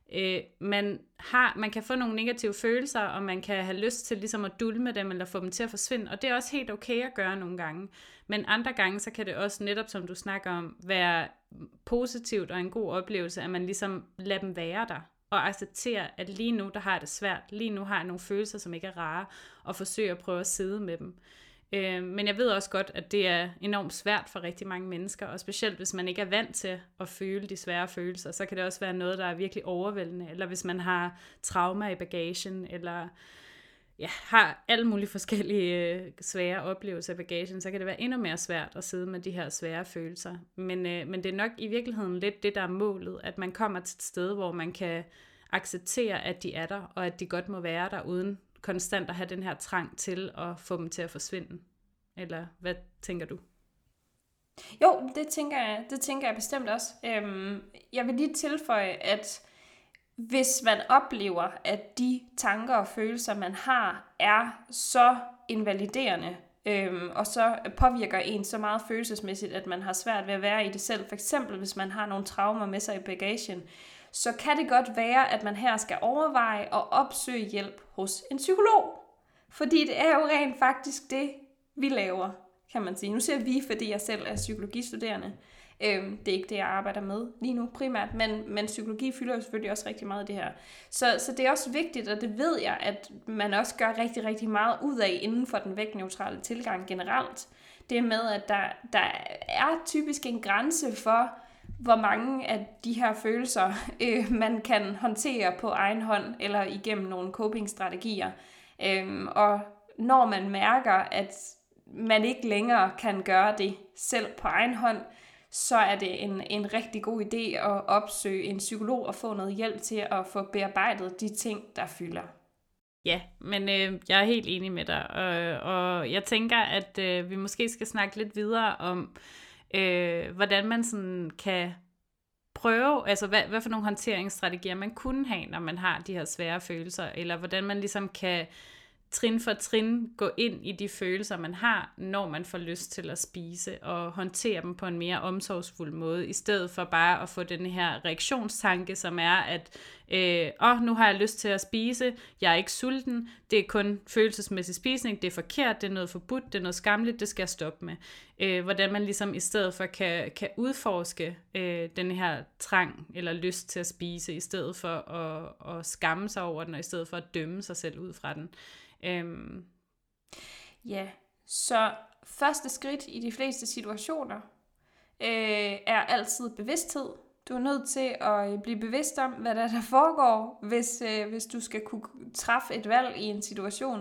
man kan få nogle negative følelser, og man kan have lyst til ligesom at dulme dem, eller få dem til at forsvinde, og det er også helt okay at gøre nogle gange. Men andre gange, så kan det også netop, som du snakker om, være positivt og en god oplevelse, at man ligesom lader dem være der, og accepterer, at lige nu, der har jeg det svært, lige nu har jeg nogle følelser, som ikke er rare, og forsøger at prøve at sidde med dem. Men jeg ved også godt, at det er enormt svært for rigtig mange mennesker, og specielt hvis man ikke er vant til at føle de svære følelser, så kan det også være noget, der er virkelig overvældende, eller hvis man har trauma i bagagen, eller har alle mulige forskellige svære oplevelser i bagagen, så kan det være endnu mere svært at sidde med de her svære følelser. Men det er nok i virkeligheden lidt det, der er målet, at man kommer til et sted, hvor man kan acceptere, at de er der, og at de godt må være der, uden konstant at have den her trang til at få dem til at forsvinde. Eller hvad tænker du? Jo, det tænker jeg bestemt også. Jeg vil lige tilføje, at hvis man oplever, at de tanker og følelser, man har, er så invaliderende, og så påvirker en så meget følelsesmæssigt, at man har svært ved at være i det selv, for eksempel hvis man har nogle traumer med sig i bagagen, så kan det godt være, at man her skal overveje at opsøge hjælp hos en psykolog. Fordi det er jo rent faktisk det, vi laver, kan man sige. Nu siger vi, fordi jeg selv er psykologistuderende. Det er ikke det, jeg arbejder med lige nu primært, men psykologi fylder jo selvfølgelig også rigtig meget i det her. Så det er også vigtigt, og det ved jeg, at man også gør rigtig, rigtig meget ud af inden for den vægtneutrale tilgang generelt. Det med, at der er typisk en grænse for, hvor mange af de her følelser man kan håndtere på egen hånd eller igennem nogle coping-strategier. Og når man mærker, at man ikke længere kan gøre det selv på egen hånd, så er det en rigtig god idé at opsøge en psykolog og få noget hjælp til at få bearbejdet de ting, der fylder. Ja, men jeg er helt enig med dig, og jeg tænker, at vi måske skal snakke lidt videre om, hvordan man sådan kan prøve, altså hvad for nogle håndteringsstrategier man kunne have, når man har de her svære følelser, eller hvordan man ligesom kan trin for trin gå ind i de følelser, man har, når man får lyst til at spise, og håndtere dem på en mere omsorgsfuld måde, i stedet for bare at få den her reaktionstanke, som er, at nu har jeg lyst til at spise, jeg er ikke sulten, det er kun følelsesmæssig spisning, det er forkert, det er noget forbudt, det er noget skamligt, det skal jeg stoppe med. Hvordan man ligesom i stedet for kan udforske den her trang eller lyst til at spise, i stedet for at skamme sig over den, og i stedet for at dømme sig selv ud fra den. Ja, så første skridt i de fleste situationer er altid bevidsthed. Du er nødt til at blive bevidst om, hvad der foregår, hvis du skal kunne træffe et valg i en situation,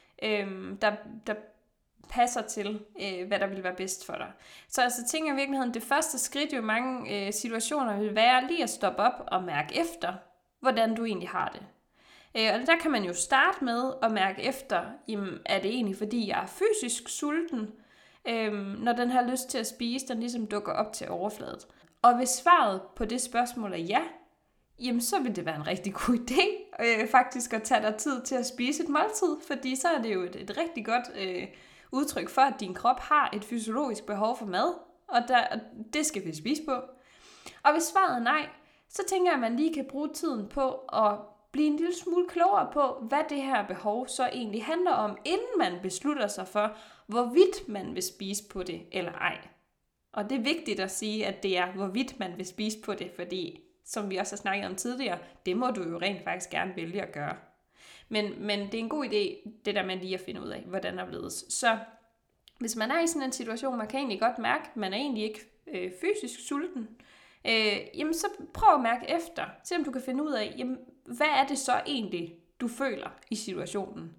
der passer til, hvad der vil være bedst for dig. Så altså tænker jeg i virkeligheden, det første skridt i mange situationer vil være lige at stoppe op og mærke efter, hvordan du egentlig har det. Og der kan man jo starte med at mærke efter, jamen, er det egentlig fordi jeg er fysisk sulten, når den her lyst til at spise, den ligesom dukker op til overfladen. Og hvis svaret på det spørgsmål er ja, jamen så vil det være en rigtig god idé faktisk at tage dig tid til at spise et måltid, fordi så er det jo et rigtig godt udtryk for, at din krop har et fysiologisk behov for mad, og det skal vi spise på. Og hvis svaret er nej, så tænker jeg, at man lige kan bruge tiden på at blive en lille smule klogere på, hvad det her behov så egentlig handler om, inden man beslutter sig for, hvorvidt man vil spise på det eller ej. Og det er vigtigt at sige, at det er, hvorvidt man vil spise på det, fordi, som vi også har snakket om tidligere, det må du jo rent faktisk gerne vælge at gøre. Men det er en god idé, det der med lige at finde ud af, hvordan der ledes. Så hvis man er i sådan en situation, man kan egentlig godt mærke, at man er egentlig ikke fysisk sulten, jamen så prøv at mærke efter, se om du kan finde ud af, jamen, hvad er det så egentlig, du føler i situationen.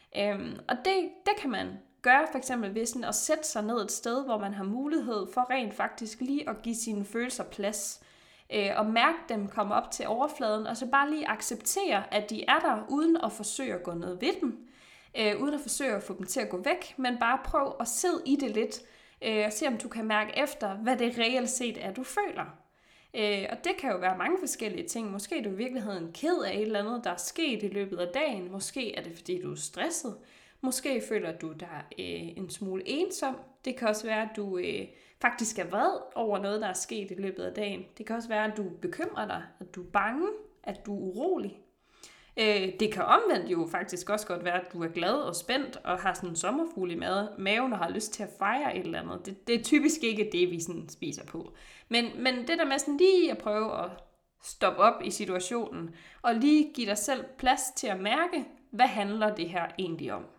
Og det kan man gøre for eksempel ved sådan at sætte sig ned et sted, hvor man har mulighed for rent faktisk lige at give sine følelser plads, og mærke dem komme op til overfladen, og så bare lige acceptere, at de er der, uden at forsøge at gå noget ved dem, uden at forsøge at få dem til at gå væk, men bare prøv at sidde i det lidt, og se om du kan mærke efter, hvad det reelt set er, du føler. Og det kan jo være mange forskellige ting. Måske er du i virkeligheden ked af et eller andet, der er sket i løbet af dagen. Måske er det, fordi du er stresset. Måske føler du dig en smule ensom. Det kan også være, at du faktisk er vred over noget, der er sket i løbet af dagen. Det kan også være, at du bekymrer dig, at du er bange, at du er urolig. Det kan omvendt jo faktisk også godt være, at du er glad og spændt og har sådan en sommerfugl i maven og har lyst til at fejre et eller andet. Det er typisk ikke det, vi sådan spiser på. Men det der med sådan lige at prøve at stoppe op i situationen og lige give dig selv plads til at mærke, hvad handler det her egentlig om?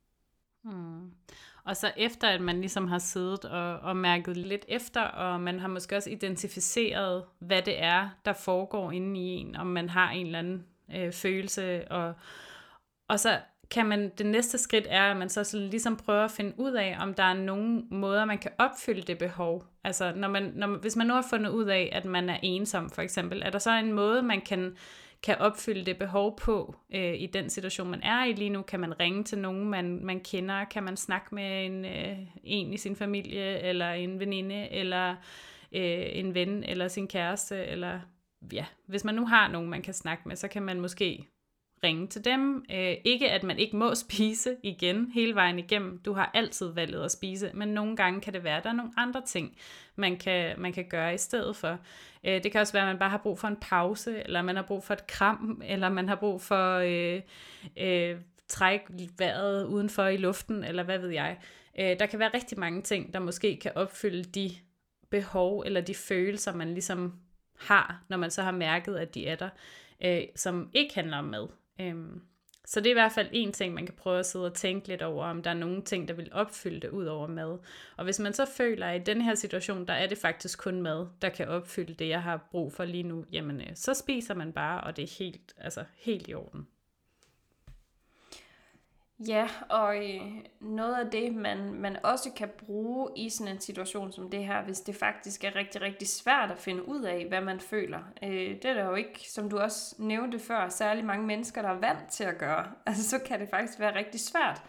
Og så efter, at man ligesom har siddet og mærket lidt efter, og man har måske også identificeret, hvad det er, der foregår inde i en, om man har en eller anden følelse, og så kan man, det næste skridt er, at man så ligesom prøver at finde ud af, om der er nogle måder, man kan opfylde det behov. Altså, hvis man nu har fundet ud af, at man er ensom, for eksempel, er der så en måde, man kan opfylde det behov på i den situation, man er i lige nu? Kan man ringe til nogen, man kender? Kan man snakke med en i sin familie, eller en veninde, eller en ven, eller sin kæreste, eller ja, hvis man nu har nogen, man kan snakke med, så kan man måske ringe til dem. Ikke at man ikke må spise igen hele vejen igennem. Du har altid valget at spise, men nogle gange kan det være, at der er nogle andre ting, man kan gøre i stedet for. Det kan også være, at man bare har brug for en pause, eller man har brug for et kram, eller man har brug for trække vejret udenfor i luften, eller hvad ved jeg. Der kan være rigtig mange ting, der måske kan opfylde de behov, eller de følelser, man ligesom har, når man så har mærket, at de er der, som ikke handler om mad. Så det er i hvert fald en ting, man kan prøve at sidde og tænke lidt over, om der er nogle ting, der vil opfylde det ud over mad. Og hvis man så føler, at i den her situation, der er det faktisk kun mad, der kan opfylde det, jeg har brug for lige nu, jamen så spiser man bare, og det er helt i orden. Ja, og noget af det, man også kan bruge i sådan en situation som det her, hvis det faktisk er rigtig, rigtig svært at finde ud af, hvad man føler. Det er der jo ikke, som du også nævnte før, særlig mange mennesker, der er vant til at gøre. Altså så kan det faktisk være rigtig svært.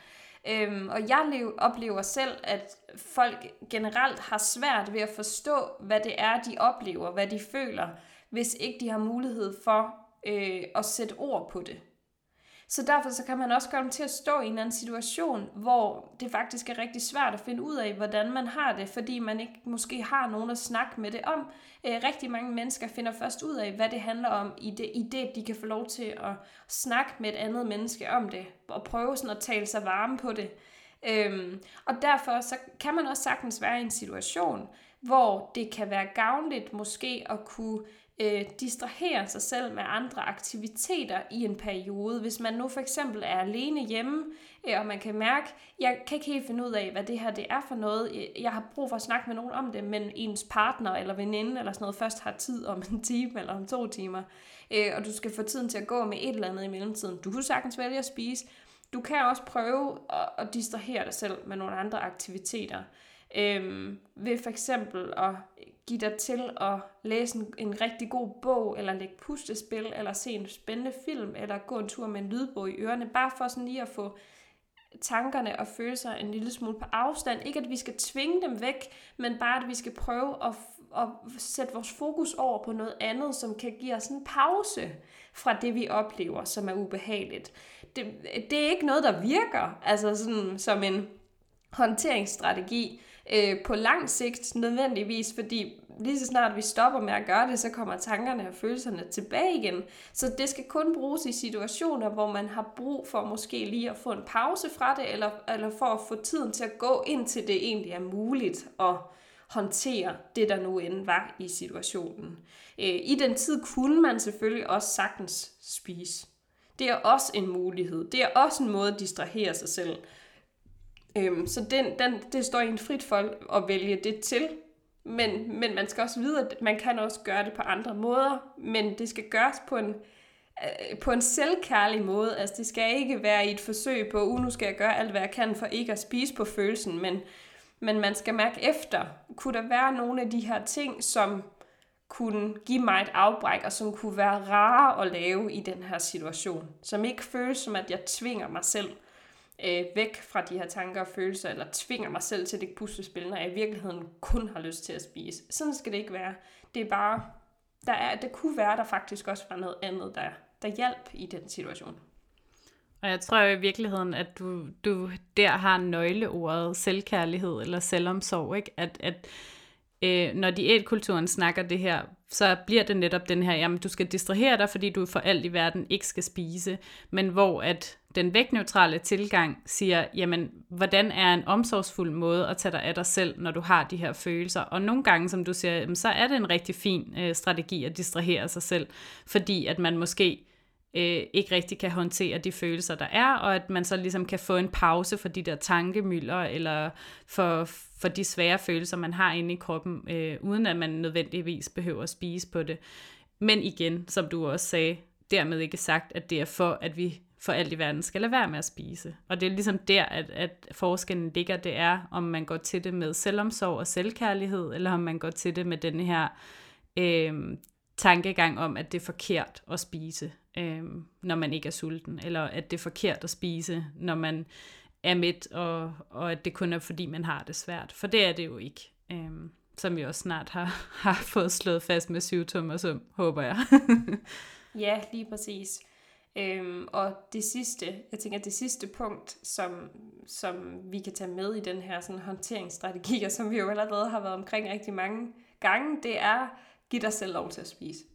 Og jeg oplever selv, at folk generelt har svært ved at forstå, hvad det er, de oplever, hvad de føler, hvis ikke de har mulighed for at sætte ord på det. Så derfor så kan man også komme til at stå i en anden situation, hvor det faktisk er rigtig svært at finde ud af, hvordan man har det, fordi man ikke måske har nogen at snakke med det om. Rigtig mange mennesker finder først ud af, hvad det handler om, i det de kan få lov til at snakke med et andet menneske om det, og prøve sådan at tale sig varme på det. Og derfor så kan man også sagtens være i en situation, hvor det kan være gavnligt måske at kunne distrahere sig selv med andre aktiviteter i en periode. Hvis man nu for eksempel er alene hjemme, og man kan mærke, jeg kan ikke helt finde ud af, hvad det her det er for noget. Jeg har brug for at snakke med nogen om det, men ens partner eller veninde eller sådan noget først har tid om en time eller om 2 timer, og du skal få tiden til at gå med et eller andet i mellemtiden. Du kunne sagtens vælge at spise. Du kan også prøve at distrahere dig selv med nogle andre aktiviteter. Ved for eksempel at give dig til at læse en rigtig god bog, eller lægge puslespil, eller se en spændende film, eller gå en tur med en lydbog i ørerne, bare for sådan lige at få tankerne og følelser en lille smule på afstand. Ikke at vi skal tvinge dem væk, men bare at vi skal prøve at sætte vores fokus over på noget andet, som kan give os en pause fra det, vi oplever, som er ubehageligt. Det er ikke noget, der virker, altså sådan som en håndteringsstrategi på lang sigt nødvendigvis, fordi lige så snart vi stopper med at gøre det, så kommer tankerne og følelserne tilbage igen. Så det skal kun bruges i situationer, hvor man har brug for måske lige at få en pause fra det, eller for at få tiden til at gå, indtil det egentlig er muligt at håndtere det, der nu end var i situationen. I den tid kunne man selvfølgelig også sagtens spise. Det er også en mulighed. Det er også en måde at distrahere sig selv. Så det står en frit for at vælge det til. Men man skal også vide, at man kan også gøre det på andre måder. Men det skal gøres på en selvkærlig måde. Altså det skal ikke være i et forsøg på, nu skal jeg gøre alt, hvad jeg kan for ikke at spise på følelsen. Men man skal mærke efter. Kunne der være nogle af de her ting, som kunne give mig et afbræk, og som kunne være rare at lave i den her situation. Som ikke føles som, at jeg tvinger mig selv væk fra de her tanker og følelser, eller tvinger mig selv til at lægge puslespil, når jeg i virkeligheden kun har lyst til at spise. Sådan skal det ikke være. Det er bare, det kunne være, der faktisk også var noget andet, der hjalp i den situation. Og jeg tror i virkeligheden, at du der har nøgleordet selvkærlighed eller selvomsorg, ikke? At når diætkulturen snakker det her, så bliver det netop den her, jamen du skal distrahere dig, fordi du for alt i verden ikke skal spise, men hvor at den vægtneutrale tilgang siger, jamen hvordan er en omsorgsfuld måde at tage dig af dig selv, når du har de her følelser, og nogle gange, som du siger, jamen, så er det en rigtig fin strategi at distrahere sig selv, fordi at man måske ikke rigtig kan håndtere de følelser, der er, og at man så ligesom kan få en pause for de der tankemylder, eller for de svære følelser, man har inde i kroppen, uden at man nødvendigvis behøver at spise på det. Men igen, som du også sagde, dermed ikke sagt, at det er for, at vi for alt i verden skal lade være med at spise. Og det er ligesom der, at forskellen ligger, det er, om man går til det med selvomsorg og selvkærlighed, eller om man går til det med denne her tankegang om, at det er forkert at spise, når man ikke er sulten, eller at det er forkert at spise, når man er mæt, og at det kun er fordi, man har det svært. For det er det jo ikke, som vi også snart har fået slået fast med 7-tommer, så håber jeg. Ja, lige præcis. Og det sidste punkt, som vi kan tage med i den her sådan, håndteringsstrategi, og som vi jo allerede har været omkring rigtig mange gange, det er, giv dig selv lov til at spise.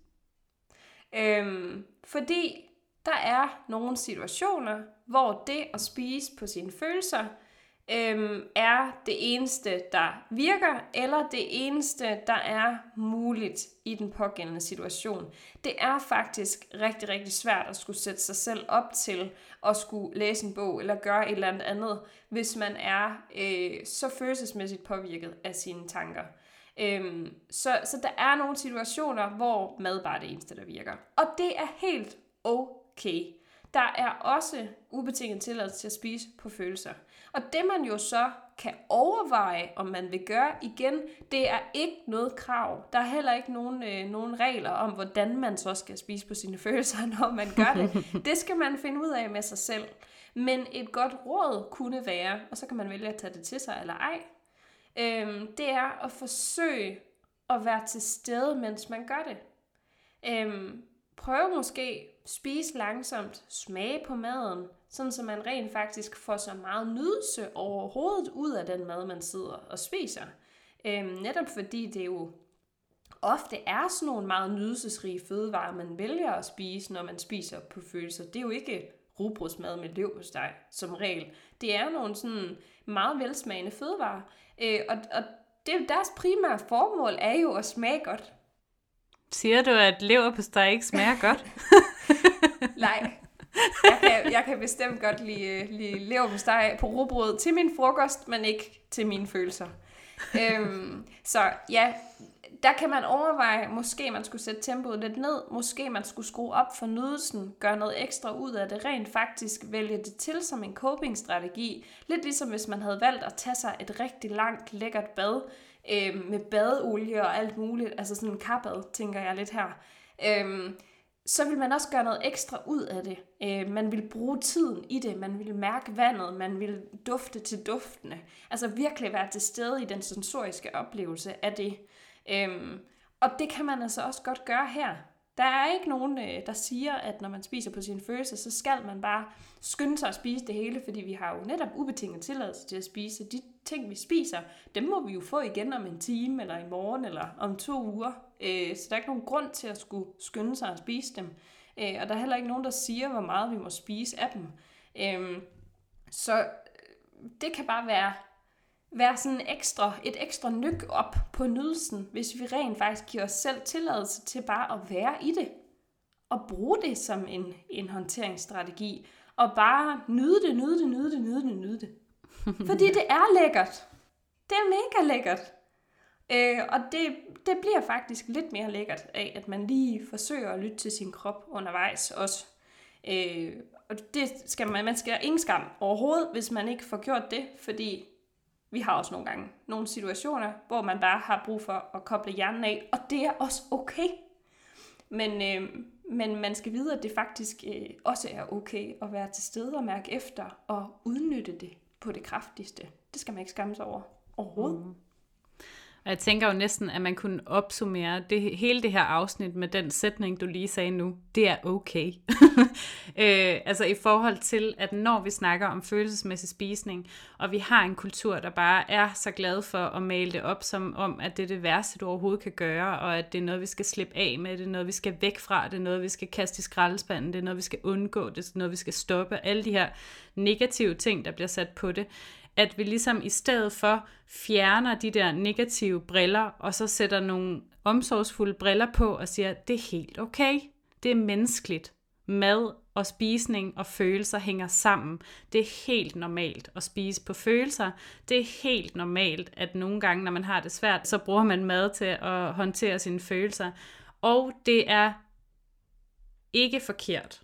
Fordi der er nogle situationer, hvor det at spise på sine følelser er det eneste, der virker, eller det eneste, der er muligt i den pågældende situation. Det er faktisk rigtig, rigtig svært at skulle sætte sig selv op til at skulle læse en bog, eller gøre et eller andet, hvis man er så følelsesmæssigt påvirket af sine tanker. Så der er nogle situationer, hvor mad bare er det eneste, der virker. Og det er helt okay. Der er også ubetinget tilladelse til at spise på følelser. Og det man jo så kan overveje, om man vil gøre igen, det er ikke noget krav. Der er heller ikke nogen regler om, hvordan man så skal spise på sine følelser, når man gør det. Det skal man finde ud af med sig selv. Men et godt råd kunne være, og så kan man vælge at tage det til sig eller ej, det er at forsøge at være til stede, mens man gør det. Prøv måske spise langsomt, smage på maden, sådan så man rent faktisk får så meget nydelse overhovedet ud af den mad, man sidder og spiser. Netop fordi det jo ofte er sådan nogle meget nydelsesrige fødevarer, man vælger at spise, når man spiser på følelser. Det er jo ikke rugbrødsmad med leverpostej som regel. Det er nogle sådan meget velsmagende fødevarer. Og det, deres primære formål er jo at smage godt. Siger du, at leverpostej ikke smager godt? Nej. Jeg kan bestemt godt lide leverpostej på rugbrød til min frokost, men ikke til mine følelser. Så ja, der kan man overveje, måske man skulle sætte tempoet lidt ned, måske man skulle skrue op for nydelsen, gøre noget ekstra ud af det, rent faktisk vælge det til som en coping-strategi. Lidt ligesom hvis man havde valgt at tage sig et rigtig langt, lækkert bad med badeolie og alt muligt, altså sådan en kappad, tænker jeg lidt her. Så vil man også gøre noget ekstra ud af det. Man vil bruge tiden i det, man vil mærke vandet, man vil dufte til duftene. Altså virkelig være til stede i den sensoriske oplevelse af det. Og det kan man altså også godt gøre her. Der er ikke nogen, der siger, at når man spiser på sine følelser, så skal man bare skynde sig at spise det hele, fordi vi har jo netop ubetinget tilladelse til at spise. De ting, vi spiser, dem må vi jo få igen om en time, eller i morgen, eller om 2 uger. Så der er ikke nogen grund til at skulle skynde sig at spise dem. Og der er heller ikke nogen, der siger, hvor meget vi må spise af dem. Så det kan bare være sådan et ekstra nyk op på nydelsen, hvis vi rent faktisk giver os selv tilladelse til bare at være i det. Og bruge det som en håndteringsstrategi. Og bare nyde det. Fordi det er lækkert. Det er mega lækkert. Og det bliver faktisk lidt mere lækkert af, at man lige forsøger at lytte til sin krop undervejs også. Og det skal man skal ingen skam overhovedet, hvis man ikke får gjort det, fordi vi har også nogle gange nogle situationer, hvor man bare har brug for at koble hjernen af, og det er også okay. Men man skal vide, at det faktisk også er okay at være til stede og mærke efter og udnytte det på det kraftigste. Det skal man ikke skamme sig over overhovedet. Og jeg tænker jo næsten, at man kunne opsummere hele det her afsnit med den sætning, du lige sagde nu. Det er okay. Altså i forhold til, at når vi snakker om følelsesmæssig spisning, og vi har en kultur, der bare er så glad for at male det op som om, at det er det værste, du overhovedet kan gøre, og at det er noget, vi skal slippe af med, det er noget, vi skal væk fra, det er noget, vi skal kaste i skraldespanden, det er noget, vi skal undgå, det er noget, vi skal stoppe. Alle de her negative ting, der bliver sat på det, at vi ligesom i stedet for fjerner de der negative briller, og så sætter nogle omsorgsfulde briller på og siger, det er helt okay, det er menneskeligt. Mad og spisning og følelser hænger sammen. Det er helt normalt at spise på følelser. Det er helt normalt, at nogle gange, når man har det svært, så bruger man mad til at håndtere sine følelser. Og det er ikke forkert.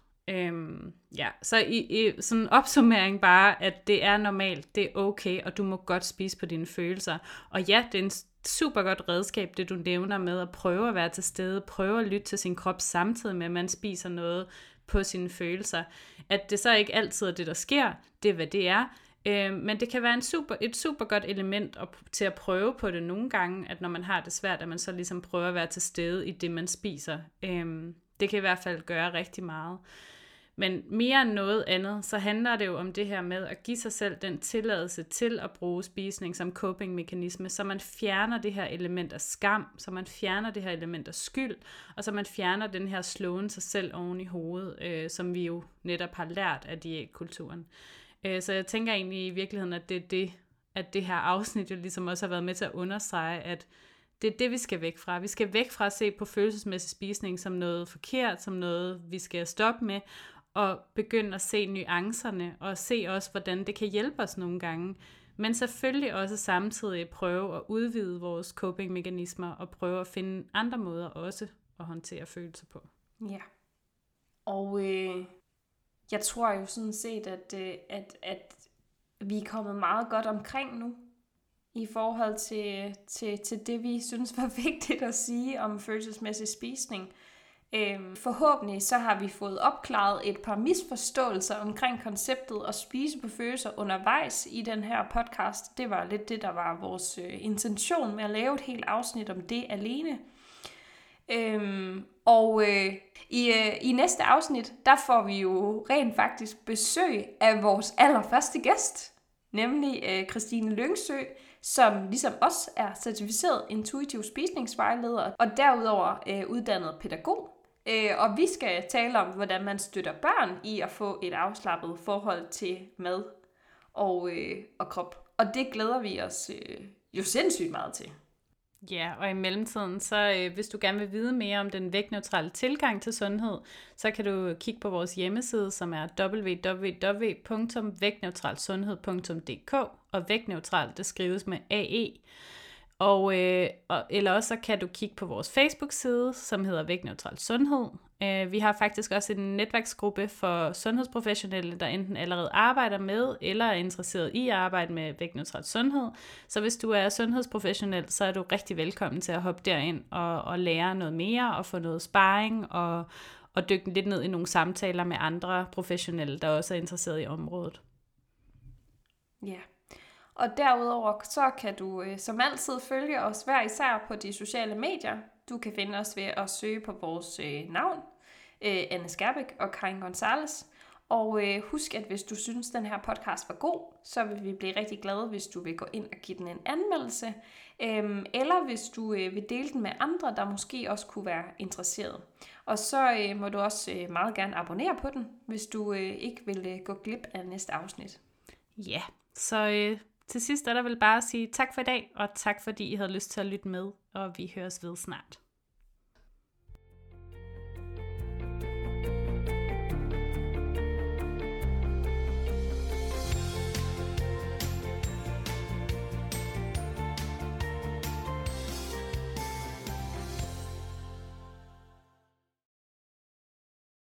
Så i sådan en opsummering bare, at det er normalt, det er okay, og du må godt spise på dine følelser. Og ja, det er en super godt redskab, det du nævner med at prøve at være til stede, prøve at lytte til sin krop samtidig med, at man spiser noget på sine følelser. At det så ikke altid er det, der sker, det er, hvad det er. Men det kan være et super godt element til at prøve på det nogle gange, at når man har det svært, at man så ligesom prøver at være til stede i det, man spiser. Det kan i hvert fald gøre rigtig meget. Men mere end noget andet, så handler det jo om det her med at give sig selv den tilladelse til at bruge spisning som coping-mekanisme, så man fjerner det her element af skam, så man fjerner det her element af skyld, og så man fjerner den her slåen sig selv oven i hovedet, som vi jo netop har lært af diætkulturen. Så jeg tænker egentlig i virkeligheden, at det her afsnit jo ligesom også har været med til at understrege, at det er det, vi skal væk fra. Vi skal væk fra at se på følelsesmæssig spisning som noget forkert, som noget, vi skal stoppe med, og begynde at se nuancerne, og se også, hvordan det kan hjælpe os nogle gange. Men selvfølgelig også samtidig prøve at udvide vores coping-mekanismer, og prøve at finde andre måder også at håndtere følelser på. Ja. Og jeg tror jo sådan set, at vi er kommet meget godt omkring nu, i forhold til det, vi synes var vigtigt at sige om følelsesmæssig spisning. Forhåbentlig så har vi fået opklaret et par misforståelser omkring konceptet at spise på følelser undervejs i den her podcast. Det var lidt det, der var vores intention med at lave et helt afsnit om det alene. I næste afsnit, der får vi jo rent faktisk besøg af vores allerførste gæst, nemlig Christine Lyngsø, som ligesom os er certificeret intuitiv spisningsvejleder og derudover uddannet pædagog. Og vi skal tale om, hvordan man støtter børn i at få et afslappet forhold til mad og krop. Og det glæder vi os jo sindssygt meget til. Ja, og i mellemtiden, så hvis du gerne vil vide mere om den vægtneutrale tilgang til sundhed, så kan du kigge på vores hjemmeside, som er www.vægtneutralsundhed.dk, og vægtneutral, det skrives med AE. Eller også så kan du kigge på vores Facebook-side, som hedder Vægtneutral Sundhed. Vi har faktisk også en netværksgruppe for sundhedsprofessionelle, der enten allerede arbejder med, eller er interesseret i at arbejde med vægtneutral sundhed. Så hvis du er sundhedsprofessionel, så er du rigtig velkommen til at hoppe derind og lære noget mere, og få noget sparring, og dykke lidt ned i nogle samtaler med andre professionelle, der også er interesseret i området. Ja. Og derudover så kan du som altid følge os hver især på de sociale medier. Du kan finde os ved at søge på vores navn, Anne Skærbæk og Karin Gonzalez. Og husk, at hvis du synes, den her podcast var god, så vil vi blive rigtig glade, hvis du vil gå ind og give den en anmeldelse. Eller hvis du vil dele den med andre, der måske også kunne være interesseret. Og så må du også meget gerne abonnere på den, hvis du ikke vil gå glip af næste afsnit. Ja, så til sidst er der vel bare at sige tak for i dag, og tak fordi I havde lyst til at lytte med, og vi høres ved snart.